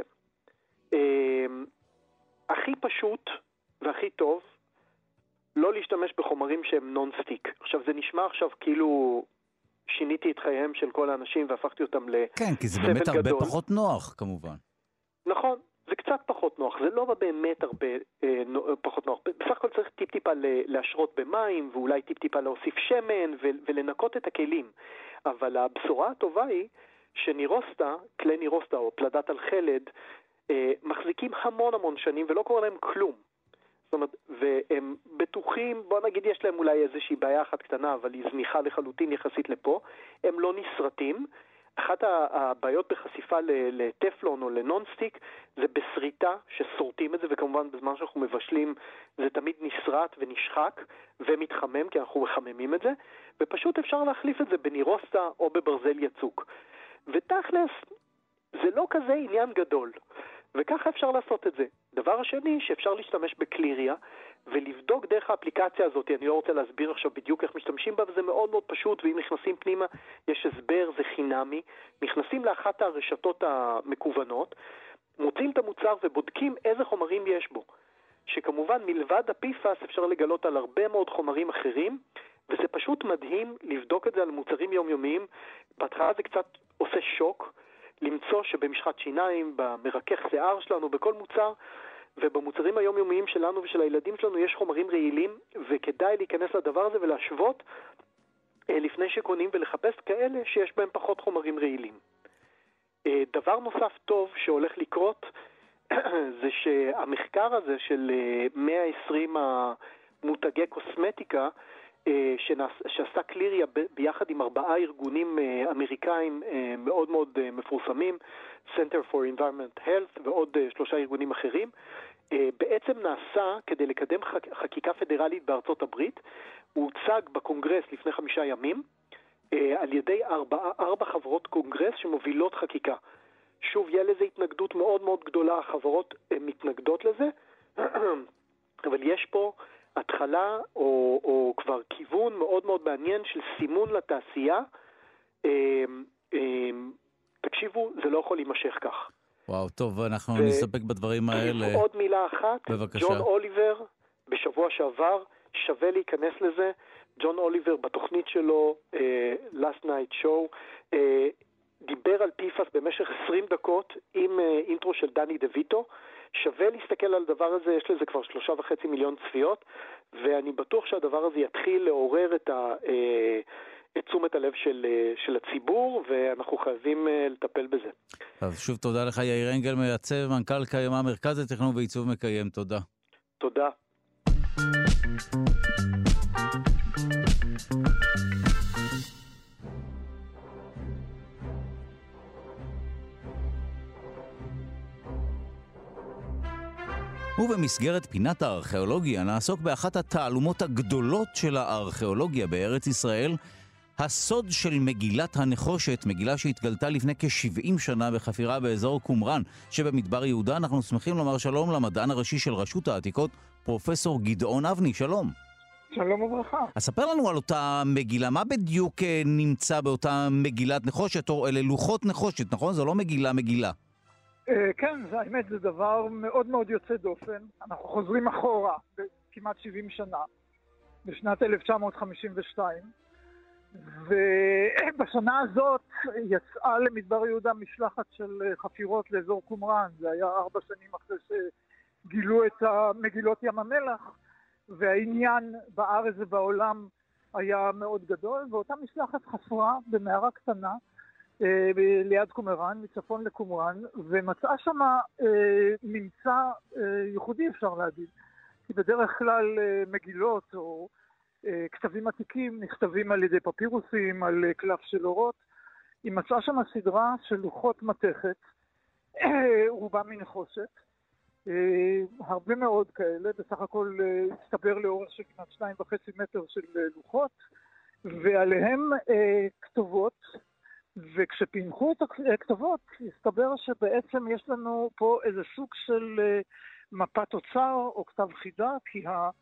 הכי פשוט והכי טוב, לא להשתמש בחומרים שהם נון-סטיק. עכשיו, זה נשמע עכשיו כאילו שיניתי את חייהם של כל האנשים והפכתי אותם לסבל גדול. כן, כי זה באמת הרבה פחות נוח, כמובן. נכון, זה קצת פחות נוח. זה לא באמת הרבה פחות נוח. בסך הכל צריך טיפ-טיפה להשרות במים, ואולי טיפ-טיפה להוסיף שמן ולנקות את הכלים. אבל הבשורה הטובה היא שנירוסטה, כלי נירוסטה או פלדת על חלד, מחזיקים המון שנים ולא קורה להם כלום. זאת אומרת, והם בטוחים, בוא נגיד יש להם אולי איזושהי בעיה אחת קטנה, אבל היא זניחה לחלוטין יחסית לפה, הם לא נשרטים. אחת הבעיות בחשיפה לטפלון או לנונסטיק זה בסריטה ששורטים את זה, וכמובן בזמן שאנחנו מבשלים זה תמיד נשרט ונשחק ומתחמם, כי אנחנו מחממים את זה, ופשוט אפשר להחליף את זה בנירוסטה או בברזל יצוק. ותכלס, זה לא כזה עניין גדול. וככה אפשר לעשות את זה. דבר השני, שאפשר להשתמש בקליריה, ולבדוק דרך האפליקציה הזאת, אני לא רוצה להסביר עכשיו בדיוק איך משתמשים בה, וזה מאוד מאוד פשוט, ואם נכנסים פנימה, יש הסבר, זה חינמי, נכנסים לאחת הרשתות המקוונות, מוצאים את המוצר ובודקים איזה חומרים יש בו, שכמובן מלבד ה-PFAS אפשר לגלות על הרבה מאוד חומרים אחרים, וזה פשוט מדהים לבדוק את זה על מוצרים יומיומיים. בהתחלה זה קצת עושה שוק, למצוא שבמשחת שיניים, במרכך שיער שלנו, בכל מוצר, ובמוצרים היומיומיים שלנו ושל הילדים שלנו יש חומרים רעילים, וכדאי להיכנס לדבר הזה ולהשוות לפני שקונים ולחפש כאלה שיש בהם פחות חומרים רעילים. דבר נוסף טוב שהולך לקרות, זה שהמחקר הזה של 120 מותגי קוסמטיקה, שעשה קליריה ביחד עם 4 ארגונים אמריקאים מאוד מאוד מפורסמים, Center for Environment Health ועוד 3 ארגונים אחרים, בעצם נעשה כדי לקדם חקיקה פדרלית בארצות הברית. הוא הוצג בקונגרס לפני 5 ימים על ידי 4 חברות קונגרס שמובילות חקיקה. שוב, יהיה לזה התנגדות מאוד מאוד גדולה, החברות מתנגדות לזה, אבל יש פה התחלה או כבר כיוון מאוד מאוד מעניין של סימון לתעשייה. תקשיבו, זה לא יכול להימשך כך. וואו, טוב, אנחנו נסתפק בדברים האלה. עוד מילה אחת, בבקשה. ג'ון אוליבר, בשבוע שעבר, שווה להיכנס לזה, ג'ון אוליבר בתוכנית שלו, Last Night Show, דיבר על PFAS במשך 20 דקות עם אינטרו של דני דוויטו. שווה להסתכל על הדבר הזה, יש לזה כבר 3.5 מיליון צפיות, ואני בטוח שהדבר הזה יתחיל לעורר את תשומת הלב של הציבור, ואנחנו חייבים לטפל בזה. אז שוב תודה לך יאיר אנגל, מייצב, מנכ"ל קיימה, מרכז לתכנון ועיצוב מקיים. תודה. תודה. ובמסגרת פינת הארכיאולוגיה נעסוק באחת התעלומות הגדולות של הארכיאולוגיה בארץ ישראל, הסוד של מגילת הנחושת, מגילה שהתגלתה לפני כ-70 שנה בחפירה באזור קומראן שבמדבר יהודה. אנחנו שמחים לומר שלום למדען הראשי של רשות העתיקות, פרופסור גדעון אבני. שלום. שלום וברכה. אז ספר לנו על אותה מגילה, מה בדיוק נמצא באותה מגילת נחושת, או אלה לוחות נחושת, נכון? זו לא מגילה. כן, האמת זה דבר מאוד מאוד יוצא דופן. אנחנו חוזרים אחורה כמעט 70 שנה, בשנת 1952, ובשנה הזאת יצאה למדבר יהודה משלחת של חפירות לאזור קומראן. זה היה 4 שנים אחרי שגילו את מגילות ים המלח, והעניין בארץ ובעולם היה מאוד גדול, ואותה משלחת חפרה במערה קטנה ליד קומראן, מצפון לקומראן, ומצאה שם ממצא ייחודי, אפשר להגיד. כי בדרך כלל מגילות או כתבים עתיקים נכתבים על ידי פפירוסים, על קלף של אורות. היא מצאה שם סדרה של לוחות מתכת, רובם מנחושת, הרבה מאוד כאלה, בסך הכל הסתבר לאורך של כמעט 2.5 מטר של לוחות, ועליהם כתובות, וכשפענחו את הכתובות, הסתבר שבעצם יש לנו פה איזה סוג של מפת אוצר או כתב חידה, כי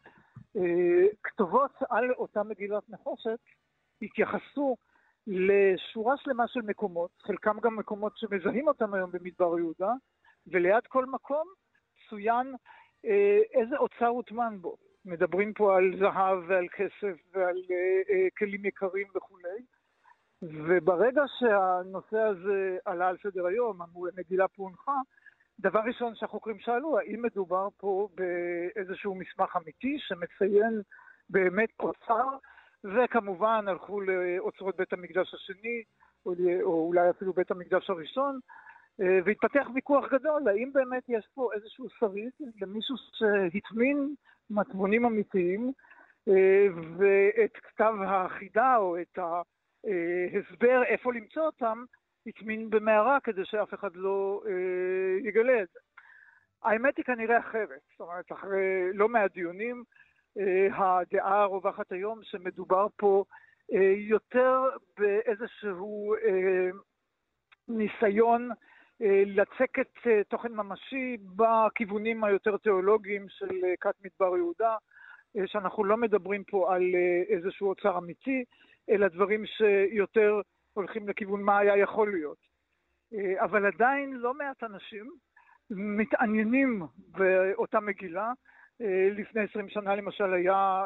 הכתובות על אותה מגילת נחושת התייחסו לשורה שלמה של מקומות, חלקם גם מקומות שמזהים אותם היום במדבר יהודה, וליד כל מקום צוין איזה אוצר הוטמן בו. מדברים פה על זהב ועל כסף ועל כלים יקרים וכולי. וברגע שהנושא הזה עלה על סדר היום, המגילה פוענחה, דבר ראשון שהחוקרים שאלו, האם מדובר פה באיזשהו מסמך אמיתי שמציין באמת אוצר, וכמובן הלכו לאוצרות בית המקדש השני, או אולי אפילו בית המקדש הראשון, והתפתח ויכוח גדול, האם באמת יש פה איזשהו שריד למישהו שהטמין מטבונים אמיתיים, ואת כתב החידה או את ההסבר איפה למצוא אותם, הטמין במערה כדי שאף אחד לא יגלה את זה. האמת היא כנראה אחרת, זאת אומרת, אחרי לא מעט דיונים, הדעה הרווחת היום שמדובר פה יותר באיזשהו ניסיון לצקת תוכן ממשי בכיוונים היותר תיאולוגיים של כת מדבר יהודה, שאנחנו לא מדברים פה על איזשהו אוצר אמיתי, אלא דברים שיותר הולכים לכיוון מה היה יכול להיות. אבל עדיין לא מעט אנשים מתעניינים באותה מגילה. לפני 20 שנה למשל היה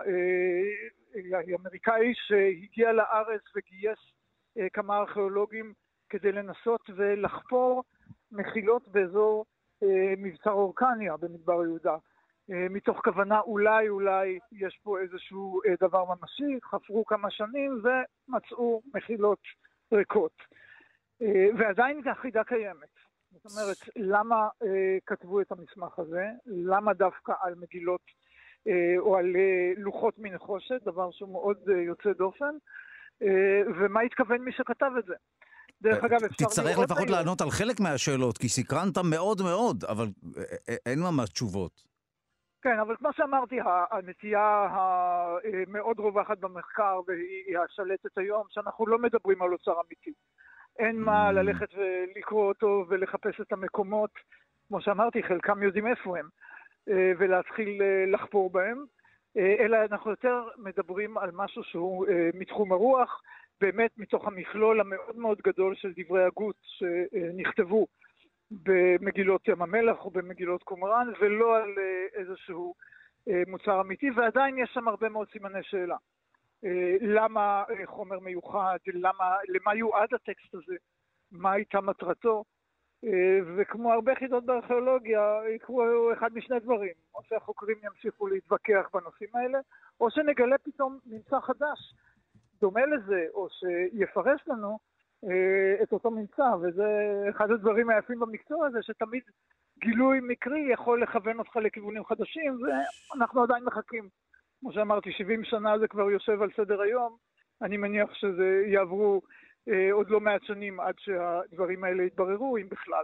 אמריקאי שהגיע לארץ וגייס כמה ארכיאולוגים כדי לנסות ולחפור מחילות באזור מבצר אורקניה במדבר יהודה. מתוך כוונה אולי יש פה איזשהו דבר ממשי, חפרו כמה שנים ומצאו מחילות ריקות. ועדיין החידה קיימת. זאת אומרת, למה כתבו את המסמך הזה? למה דווקא על מגילות או על לוחות מנחושת, דבר שהוא מאוד יוצא דופן? ומה התכוון מי שכתב את זה? דרך אגב, אפשר תצטרך לפחות לענות על חלק מהשאלות, כי סקרנת מאוד מאוד, אבל אין ממש תשובות. כן, אבל כמו שאמרתי, הנטייה המאוד רווחת במחקר, והיא השלטת היום, שאנחנו לא מדברים על אוצר אמיתי. אין מה ללכת ולקרוא אותו ולחפש את המקומות, כמו שאמרתי, חלקם יודעים איפה הם, ולהתחיל לחפור בהם, אלא אנחנו יותר מדברים על משהו שהוא מתחום הרוח, באמת מתוך המכלול המאוד מאוד גדול של דברי הגות שנכתבו במגילות ים המלח או במגילות קומראן, ולא על איזשהו מוצר אמיתי, ועדיין יש שם הרבה מאוד סימני שאלה. למה חומר מיוחד, למה יועד הטקסט הזה, מה הייתה מטרתו, וכמו הרבה חידות בארכיאולוגיה, יקרו אחד משני דברים, או שהחוקרים ימשיכו להתווכח בנושאים האלה, או שנגלה פתאום ממצא חדש, דומה לזה, או שיפרש לנו את אותו ממצא, וזה אחד הדברים היפים במקצוע הזה, שתמיד גילוי מקרי יכול לכוון אותך לכיוונים חדשים, ואנחנו עדיין מחכים. כמו שאמרתי, 70 שנה זה כבר יושב על סדר היום, אני מניח שזה יעברו עוד לא מעט שנים עד שהדברים האלה יתבררו, אם בכלל.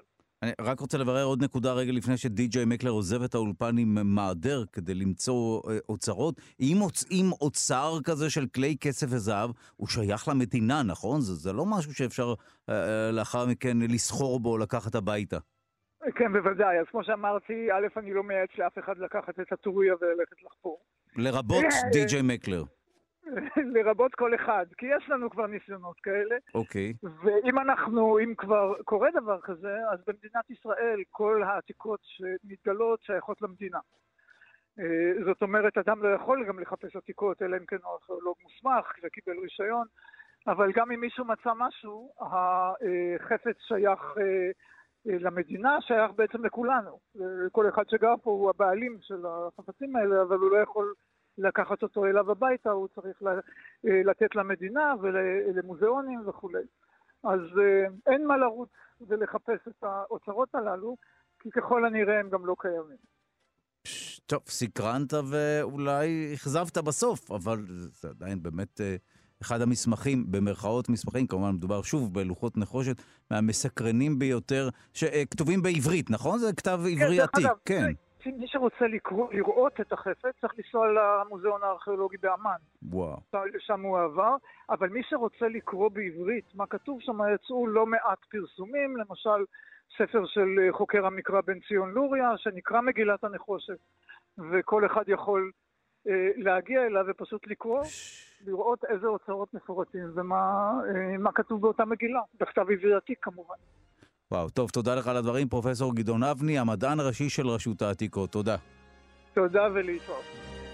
אני רק רוצה לברר עוד נקודה רגע לפני שדי.ג'יי מקלר עוזב את האולפן עם מעדר כדי למצוא אוצרות. אם מוצאים אוצר כזה של כלי כסף וזהב, הוא שייך למדינה, נכון? זה לא משהו שאפשר לאחר מכן לסחור בו, לקחת הביתה. כן, בוודאי. אז כמו שאמרתי, א', אני לא מייעץ לאף אחד לקחת את הטוריה וללכת לחפור. לרבות די.ג'יי מקלר. לרבות כל אחד, כי יש לנו כבר ניסיונות כאלה. אוקיי. אם כבר קורה דבר כזה, אז במדינת ישראל כל העתיקות שמתגלות שייכות למדינה. זאת אומרת, אדם לא יכול גם לחפש עתיקות, אלא אם כן הוא ארכיאולוג מוסמך, וקיבל רישיון, אבל גם אם מישהו מצא משהו, החפץ שייך למדינה, שייך בעצם לכולנו. כל אחד שגר פה הוא הבעלים של החפצים האלה, אבל הוא לא יכול לקחת אותו אליו הביתה, הוא צריך לתת למדינה ולמוזיאונים וכו'. אז אין מה לרוץ ולחפש את האוצרות הללו, כי ככל הנראה הם גם לא קיימים. טוב, סקרנת ואולי החזבת בסוף, אבל זה עדיין באמת אחד המסמכים, במרכאות מסמכים, כמובן מדובר שוב בלוחות נחושת, מהמסקרנים ביותר, שכתובים בעברית, נכון? זה כתב עברי עתיק, כן. מי שרוצה לראות את החפץ, צריך לנסוע למוזיאון הארכיאולוגי באמן. וואו. שם הוא עבר, אבל מי שרוצה לקרוא בעברית, מה כתוב שם, יצאו לא מעט פרסומים, למשל ספר של חוקר המקרא בן ציון לוריה, שנקרא מגילת הנחושת, וכל אחד יכול להגיע אליו ופשוט לקרוא, לראות איזה אוצרות מפורטים ומה כתוב באותה מגילה, בכתב עברי עתיק כמובן. וואו, טוב, תודה לך על הדברים, פרופסור גדעון אבני, המדען הראשי של רשות העתיקות. תודה. תודה ולהתראות.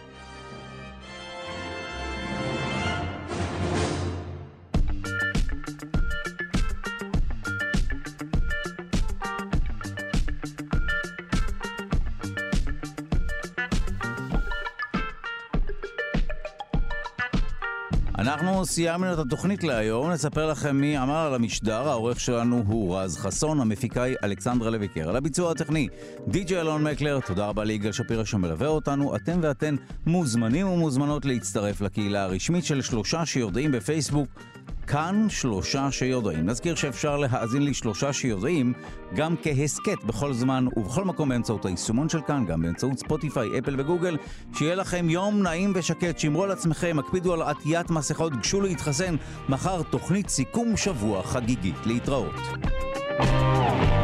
אנחנו סיימנו את התוכנית להיום, נספר לכם מי אמר על המשדר. העורך שלנו הוא רז חסון, המפיקה היא אלכסנדרה לויקר. על הביצוע הטכני, די.ג'יי אלון מקלר. תודה רבה ליגאל שפירא שמלווה אותנו. אתם ואתן מוזמנים ומוזמנות להצטרף לקהילה הרשמית של 3 שיודעים בפייסבוק, כאן 3 שיודעים. נזכיר שאפשר להאזין לי 3 שיודעים גם כהסקט בכל זמן ובכל מקום באמצעות היישומון של כאן, גם באמצעות ספוטיפיי, אפל וגוגל. שיהיה לכם יום נעים ושקט, שמרו על עצמכם, הקפידו על עטיית מסכות, גשו להתחסן. מחר תוכנית סיכום שבוע חגיגית. להתראות.